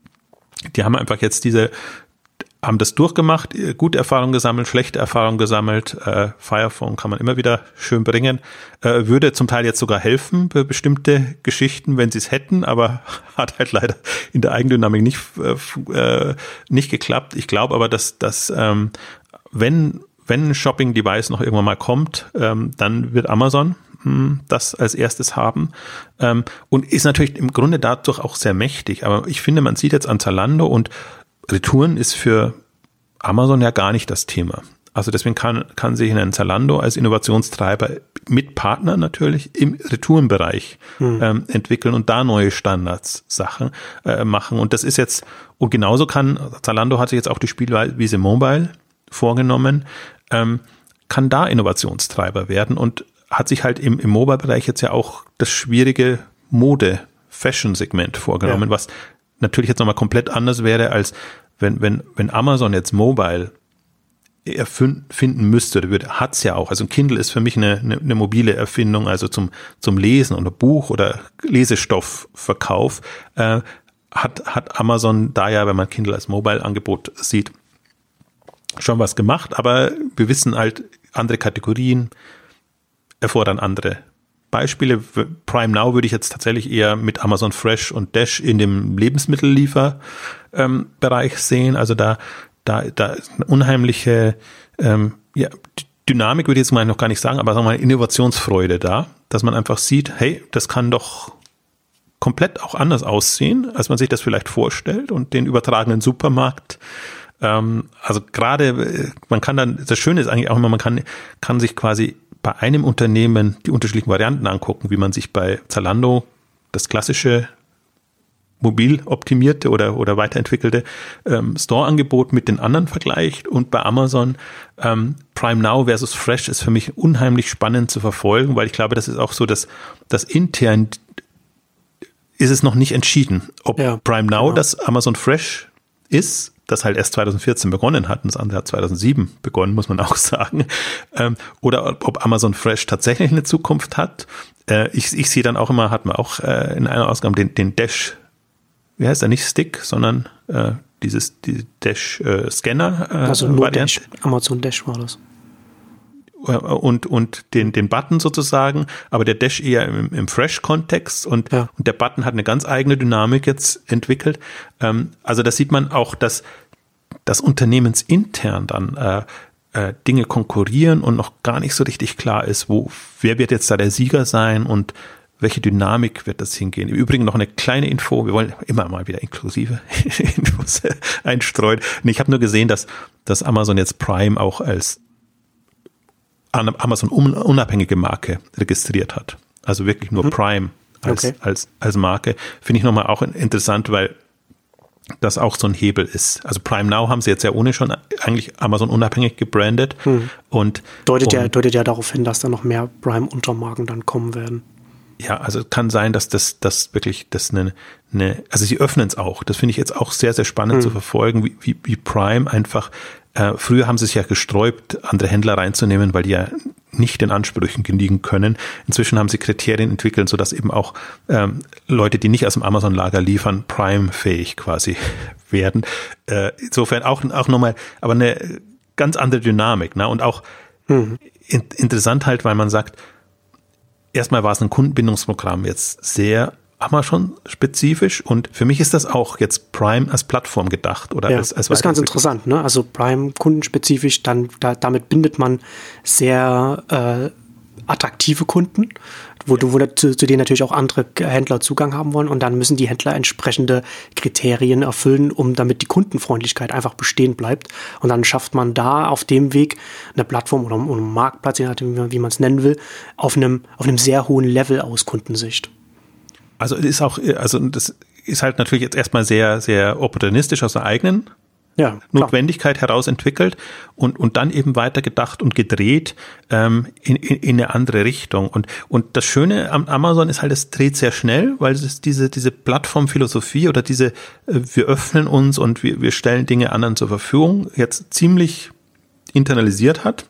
Die haben einfach jetzt diese, haben das durchgemacht, gute Erfahrungen gesammelt, schlechte Erfahrungen gesammelt. Äh, Firephone kann man immer wieder schön bringen. Äh, würde zum Teil jetzt sogar helfen für bestimmte Geschichten, wenn sie es hätten, aber hat halt leider in der Eigendynamik nicht, äh, nicht geklappt. Ich glaube aber, dass, dass ähm, wenn, wenn ein Shopping-Device noch irgendwann mal kommt, ähm, dann wird Amazon das als erstes haben ähm, und ist natürlich im Grunde dadurch auch sehr mächtig. Aber ich finde, man sieht jetzt an Zalando und Retouren ist für Amazon ja gar nicht das Thema. Also deswegen kann, kann sich ein Zalando als Innovationstreiber mit Partnern natürlich im Retourenbereich hm. ähm, entwickeln und da neue Standards Sachen äh, machen. Und das ist jetzt, und genauso kann, Zalando hat sich jetzt auch die Spielwiese Mobile vorgenommen, ähm, kann da Innovationstreiber werden und hat sich halt im, im Mobile-Bereich jetzt ja auch das schwierige Mode-Fashion-Segment vorgenommen, ja. Was natürlich jetzt nochmal komplett anders wäre, als wenn, wenn, wenn Amazon jetzt Mobile erfinden müsste, oder würde, hat's ja auch. Also ein Kindle ist für mich eine, eine, eine mobile Erfindung, also zum, zum Lesen oder Buch- oder Lesestoffverkauf, äh, hat, hat Amazon da ja, wenn man Kindle als Mobile-Angebot sieht, schon was gemacht, aber wir wissen halt, andere Kategorien erfordern andere Beispiele. Prime Now würde ich jetzt tatsächlich eher mit Amazon Fresh und Dash in dem Lebensmittellieferbereich ähm, sehen. Also da, da, da ist eine unheimliche ähm, ja, Dynamik, würde ich jetzt mal noch gar nicht sagen, aber sagen wir mal Innovationsfreude da, dass man einfach sieht, hey, das kann doch komplett auch anders aussehen, als man sich das vielleicht vorstellt und den übertragenen Supermarkt. Ähm, also gerade, man kann dann, das Schöne ist eigentlich auch immer, man kann, kann sich quasi bei einem Unternehmen die unterschiedlichen Varianten angucken, wie man sich bei Zalando das klassische mobil optimierte oder, oder weiterentwickelte ähm, Store-Angebot mit den anderen vergleicht und bei Amazon ähm, Prime Now versus Fresh ist für mich unheimlich spannend zu verfolgen, weil ich glaube, das ist auch so, dass das intern ist es noch nicht entschieden, ob ja, Prime Now genau. das Amazon Fresh ist, das halt erst zwanzig vierzehn begonnen hat und das andere hat zweitausendsieben begonnen, muss man auch sagen, ähm, oder ob Amazon Fresh tatsächlich eine Zukunft hat. Äh, ich, ich sehe dann auch immer, hatten wir auch äh, in einer Ausgabe den, den Dash, wie heißt der, nicht Stick, sondern äh, dieses die Dash-Scanner. Äh,
also nur Dash, Amazon Dash war das.
Und, und den, den Button sozusagen, aber der Dash eher im, im Fresh-Kontext und, ja. und der Button hat eine ganz eigene Dynamik jetzt entwickelt. Ähm, also das sieht man auch, dass das unternehmensintern dann äh, äh, Dinge konkurrieren und noch gar nicht so richtig klar ist, wo, wer wird jetzt da der Sieger sein und welche Dynamik wird das hingehen? Im Übrigen noch eine kleine Info, wir wollen immer mal wieder inklusive Infos einstreuen. Und ich habe nur gesehen, dass, dass Amazon jetzt Prime auch als Amazon unabhängige Marke registriert hat. Also wirklich nur Prime als, okay. als, als Marke. Finde ich nochmal auch interessant, weil das auch so ein Hebel ist. Also Prime Now haben sie jetzt ja ohne schon eigentlich Amazon unabhängig gebrandet. Hm. Und
deutet, und, ja, deutet ja darauf hin, dass da noch mehr Prime-Untermarken dann kommen werden.
Ja, also kann sein, dass das, das wirklich, das eine, eine, also sie öffnen es auch. Das finde ich jetzt auch sehr, sehr spannend hm. zu verfolgen, wie, wie, wie Prime einfach, äh, früher haben sie sich ja gesträubt, andere Händler reinzunehmen, weil die ja nicht den Ansprüchen genügen können. Inzwischen haben sie Kriterien entwickelt, sodass eben auch ähm, Leute, die nicht aus dem Amazon-Lager liefern, Prime-fähig quasi werden. Äh, insofern auch, auch nochmal, aber eine ganz andere Dynamik, ne? Und auch hm. in, interessant halt, weil man sagt, erstmal war es ein Kundenbindungsprogramm jetzt sehr Amazon-spezifisch und für mich ist das auch jetzt Prime als Plattform gedacht. Oder
ja,
als, als
das ist ganz interessant, ne? Also Prime kundenspezifisch, dann da, damit bindet man sehr äh, attraktive Kunden, wo, ja. wo zu, zu denen natürlich auch andere Händler Zugang haben wollen und dann müssen die Händler entsprechende Kriterien erfüllen, um damit die Kundenfreundlichkeit einfach bestehen bleibt und dann schafft man da auf dem Weg eine Plattform oder einen Marktplatz, je nachdem wie man es nennen will, auf einem, auf einem sehr hohen Level aus Kundensicht.
Also es ist auch, also das ist halt natürlich jetzt erstmal sehr, sehr opportunistisch aus der eigenen ja, Notwendigkeit heraus entwickelt und, und dann eben weitergedacht und gedreht ähm, in, in, in eine andere Richtung. Und, und das Schöne am Amazon ist halt, es dreht sehr schnell, weil es ist diese, diese Plattformphilosophie oder diese, äh, wir öffnen uns und wir, wir stellen Dinge anderen zur Verfügung, jetzt ziemlich internalisiert hat.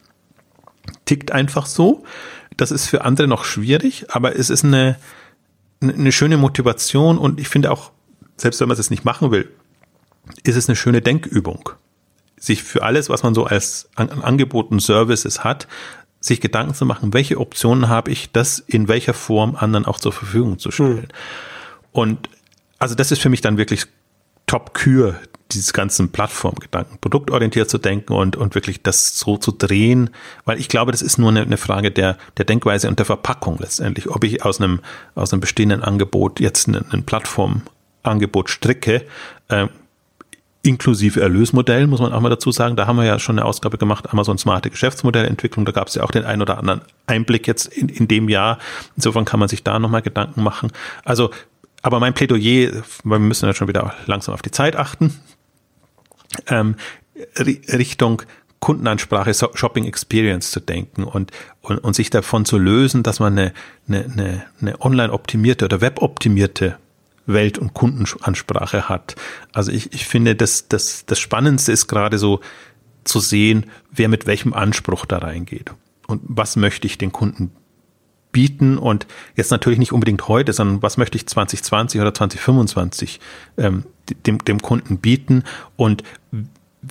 Tickt einfach so. Das ist für andere noch schwierig, aber es ist eine eine schöne Motivation und ich finde auch, selbst wenn man es nicht machen will, ist es eine schöne Denkübung, sich für alles, was man so als an, an Angeboten, Services hat, sich Gedanken zu machen, welche Optionen habe ich, das in welcher Form anderen auch zur Verfügung zu stellen. Mhm. Und also das ist für mich dann wirklich Top-Kür, dieses ganzen Plattformgedanken, produktorientiert zu denken und, und wirklich das so zu drehen, weil ich glaube, das ist nur eine, eine Frage der, der Denkweise und der Verpackung letztendlich. Ob ich aus einem, aus einem bestehenden Angebot jetzt ein, ein Plattformangebot stricke, äh, inklusive Erlösmodell, muss man auch mal dazu sagen. Da haben wir ja schon eine Ausgabe gemacht, Amazon smarte Geschäftsmodellentwicklung. Da gab es ja auch den einen oder anderen Einblick jetzt in, in dem Jahr. Insofern kann man sich da nochmal Gedanken machen. Also, aber mein Plädoyer, wir müssen ja schon wieder langsam auf die Zeit achten, ähm, Richtung Kundenansprache, Shopping Experience zu denken und, und, und sich davon zu lösen, dass man eine, eine, eine online optimierte oder web-optimierte Welt- und Kundenansprache hat. Also ich, ich finde, das, das, das Spannendste ist gerade so zu sehen, wer mit welchem Anspruch da reingeht und was möchte ich den Kunden bieten und jetzt natürlich nicht unbedingt heute, sondern was möchte ich zwanzig zwanzig oder zwanzig fünfundzwanzig ähm, dem, dem Kunden bieten und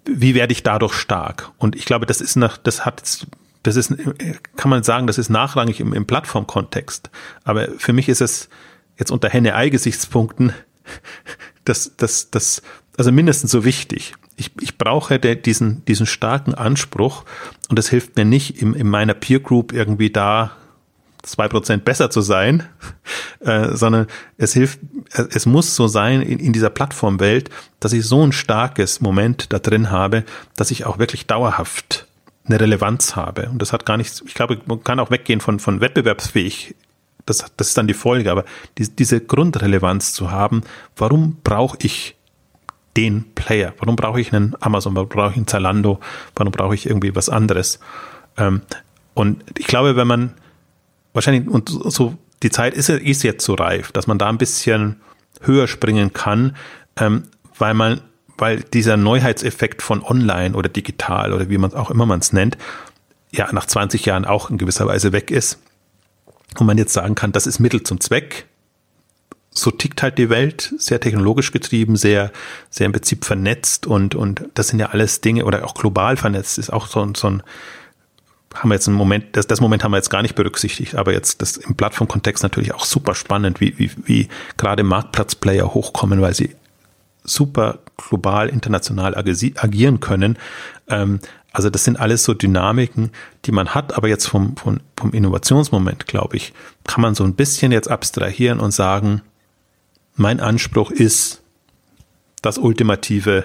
wie werde ich dadurch stark? Und ich glaube, das ist nach, das hat, das ist, kann man sagen, das ist nachrangig im, im Plattformkontext. Aber für mich ist es jetzt unter Henne-Ei-Gesichtspunkten das, das, das, also mindestens so wichtig. Ich, ich brauche de, diesen, diesen starken Anspruch und das hilft mir nicht, in, in meiner Peer Group irgendwie da zwei Prozent besser zu sein, äh, sondern es hilft, es muss so sein in, in dieser Plattformwelt, dass ich so ein starkes Moment da drin habe, dass ich auch wirklich dauerhaft eine Relevanz habe. Und das hat gar nichts, ich glaube, man kann auch weggehen von, von wettbewerbsfähig, das, das ist dann die Folge, aber die, diese Grundrelevanz zu haben, warum brauche ich den Player? Warum brauche ich einen Amazon? Warum brauche ich einen Zalando? Warum brauche ich irgendwie was anderes? Ähm, und ich glaube, wenn man wahrscheinlich, und so, die Zeit ist, ist jetzt so reif, dass man da ein bisschen höher springen kann, ähm, weil man, weil dieser Neuheitseffekt von online oder digital oder wie man auch immer man es nennt, ja nach zwanzig Jahren auch in gewisser Weise weg ist. Und man jetzt sagen kann, das ist Mittel zum Zweck. So tickt halt die Welt, sehr technologisch getrieben, sehr, sehr im Prinzip vernetzt und, und das sind ja alles Dinge, oder auch global vernetzt, ist auch so ein, so ein haben wir jetzt einen Moment, das, das Moment haben wir jetzt gar nicht berücksichtigt, aber jetzt das im Plattformkontext natürlich auch super spannend, wie, wie, wie gerade Marktplatzplayer hochkommen, weil sie super global, international agieren können. Ähm, also das sind alles so Dynamiken, die man hat, aber jetzt vom, vom, vom Innovationsmoment, glaube ich, kann man so ein bisschen jetzt abstrahieren und sagen, mein Anspruch ist das ultimative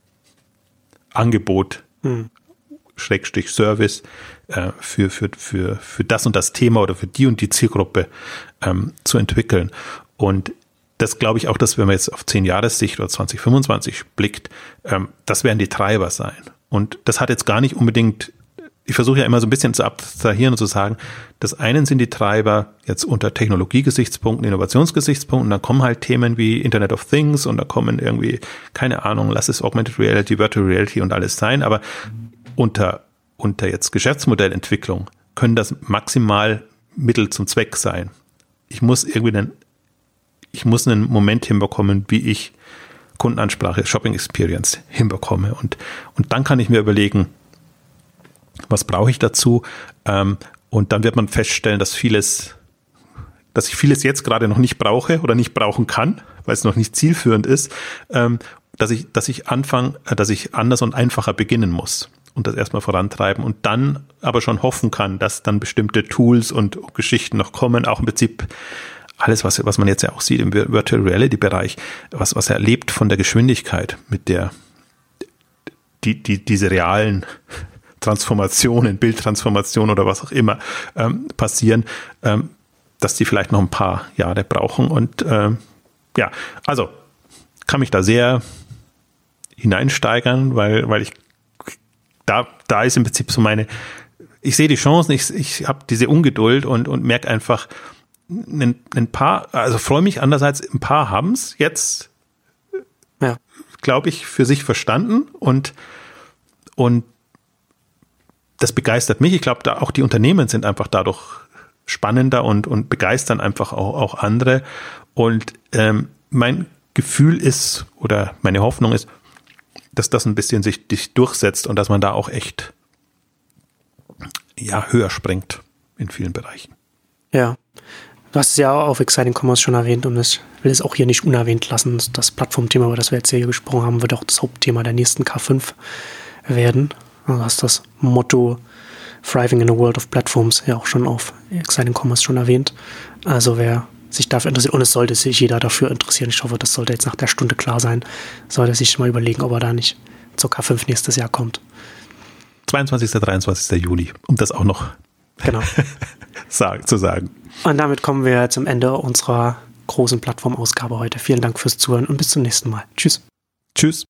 Angebot, hm. Schrägstrich Service äh, für, für, für, für das und das Thema oder für die und die Zielgruppe ähm, zu entwickeln. Und das glaube ich auch, dass wenn man jetzt auf zehn Jahressicht oder zwanzig fünfundzwanzig blickt, ähm, das werden die Treiber sein. Und das hat jetzt gar nicht unbedingt, ich versuche ja immer so ein bisschen zu abstrahieren und zu sagen, das einen sind die Treiber jetzt unter Technologiegesichtspunkten, Innovationsgesichtspunkten, dann kommen halt Themen wie Internet of Things und da kommen irgendwie, keine Ahnung, lass es Augmented Reality, Virtual Reality und alles sein, aber unter, unter jetzt Geschäftsmodellentwicklung können das maximal Mittel zum Zweck sein. Ich muss irgendwie einen, ich muss einen Moment hinbekommen, wie ich Kundenansprache, Shopping Experience hinbekomme. Und, und dann kann ich mir überlegen, was brauche ich dazu? Ähm, und dann wird man feststellen, dass vieles, dass ich vieles jetzt gerade noch nicht brauche oder nicht brauchen kann, weil es noch nicht zielführend ist, ähm, dass ich, dass ich anfange, dass ich anders und einfacher beginnen muss und das erstmal vorantreiben und dann aber schon hoffen kann, dass dann bestimmte Tools und Geschichten noch kommen, auch im Prinzip alles, was, was man jetzt ja auch sieht im Virtual Reality Bereich, was, was er erlebt von der Geschwindigkeit, mit der die, die, diese realen Transformationen, Bildtransformationen oder was auch immer ähm, passieren, ähm, dass die vielleicht noch ein paar Jahre brauchen und ähm, ja, also kann mich da sehr hineinsteigern, weil, weil ich da, da ist im Prinzip so meine, ich sehe die Chancen, ich, ich habe diese Ungeduld und, und merke einfach, ein, ein paar, also freue mich andererseits, ein paar haben es jetzt, ja, glaube ich, für sich verstanden und, und das begeistert mich. Ich glaube, da auch die Unternehmen sind einfach dadurch spannender und, und begeistern einfach auch, auch andere. Und ähm, mein Gefühl ist oder meine Hoffnung ist, dass das ein bisschen sich, sich durchsetzt und dass man da auch echt ja, höher springt in vielen Bereichen.
Ja, du hast es ja auf Exciting Commerce schon erwähnt und ich will es auch hier nicht unerwähnt lassen. Das Plattformthema, über das wir jetzt hier gesprochen haben, wird auch das Hauptthema der nächsten K fünf werden. Du hast das Motto Thriving in a World of Platforms ja auch schon auf Exciting Commerce schon erwähnt. Also wer sich dafür interessiert, und es sollte sich jeder dafür interessieren, ich hoffe, das sollte jetzt nach der Stunde klar sein, sollte sich mal überlegen, ob er da nicht zur K fünf nächstes Jahr kommt.
zweiundzwanzigster dreiundzwanzigster Juli, um das auch noch
genau.
sagen, zu sagen.
Und damit kommen wir zum Ende unserer großen Plattformausgabe heute. Vielen Dank fürs Zuhören und bis zum nächsten Mal. Tschüss.
Tschüss.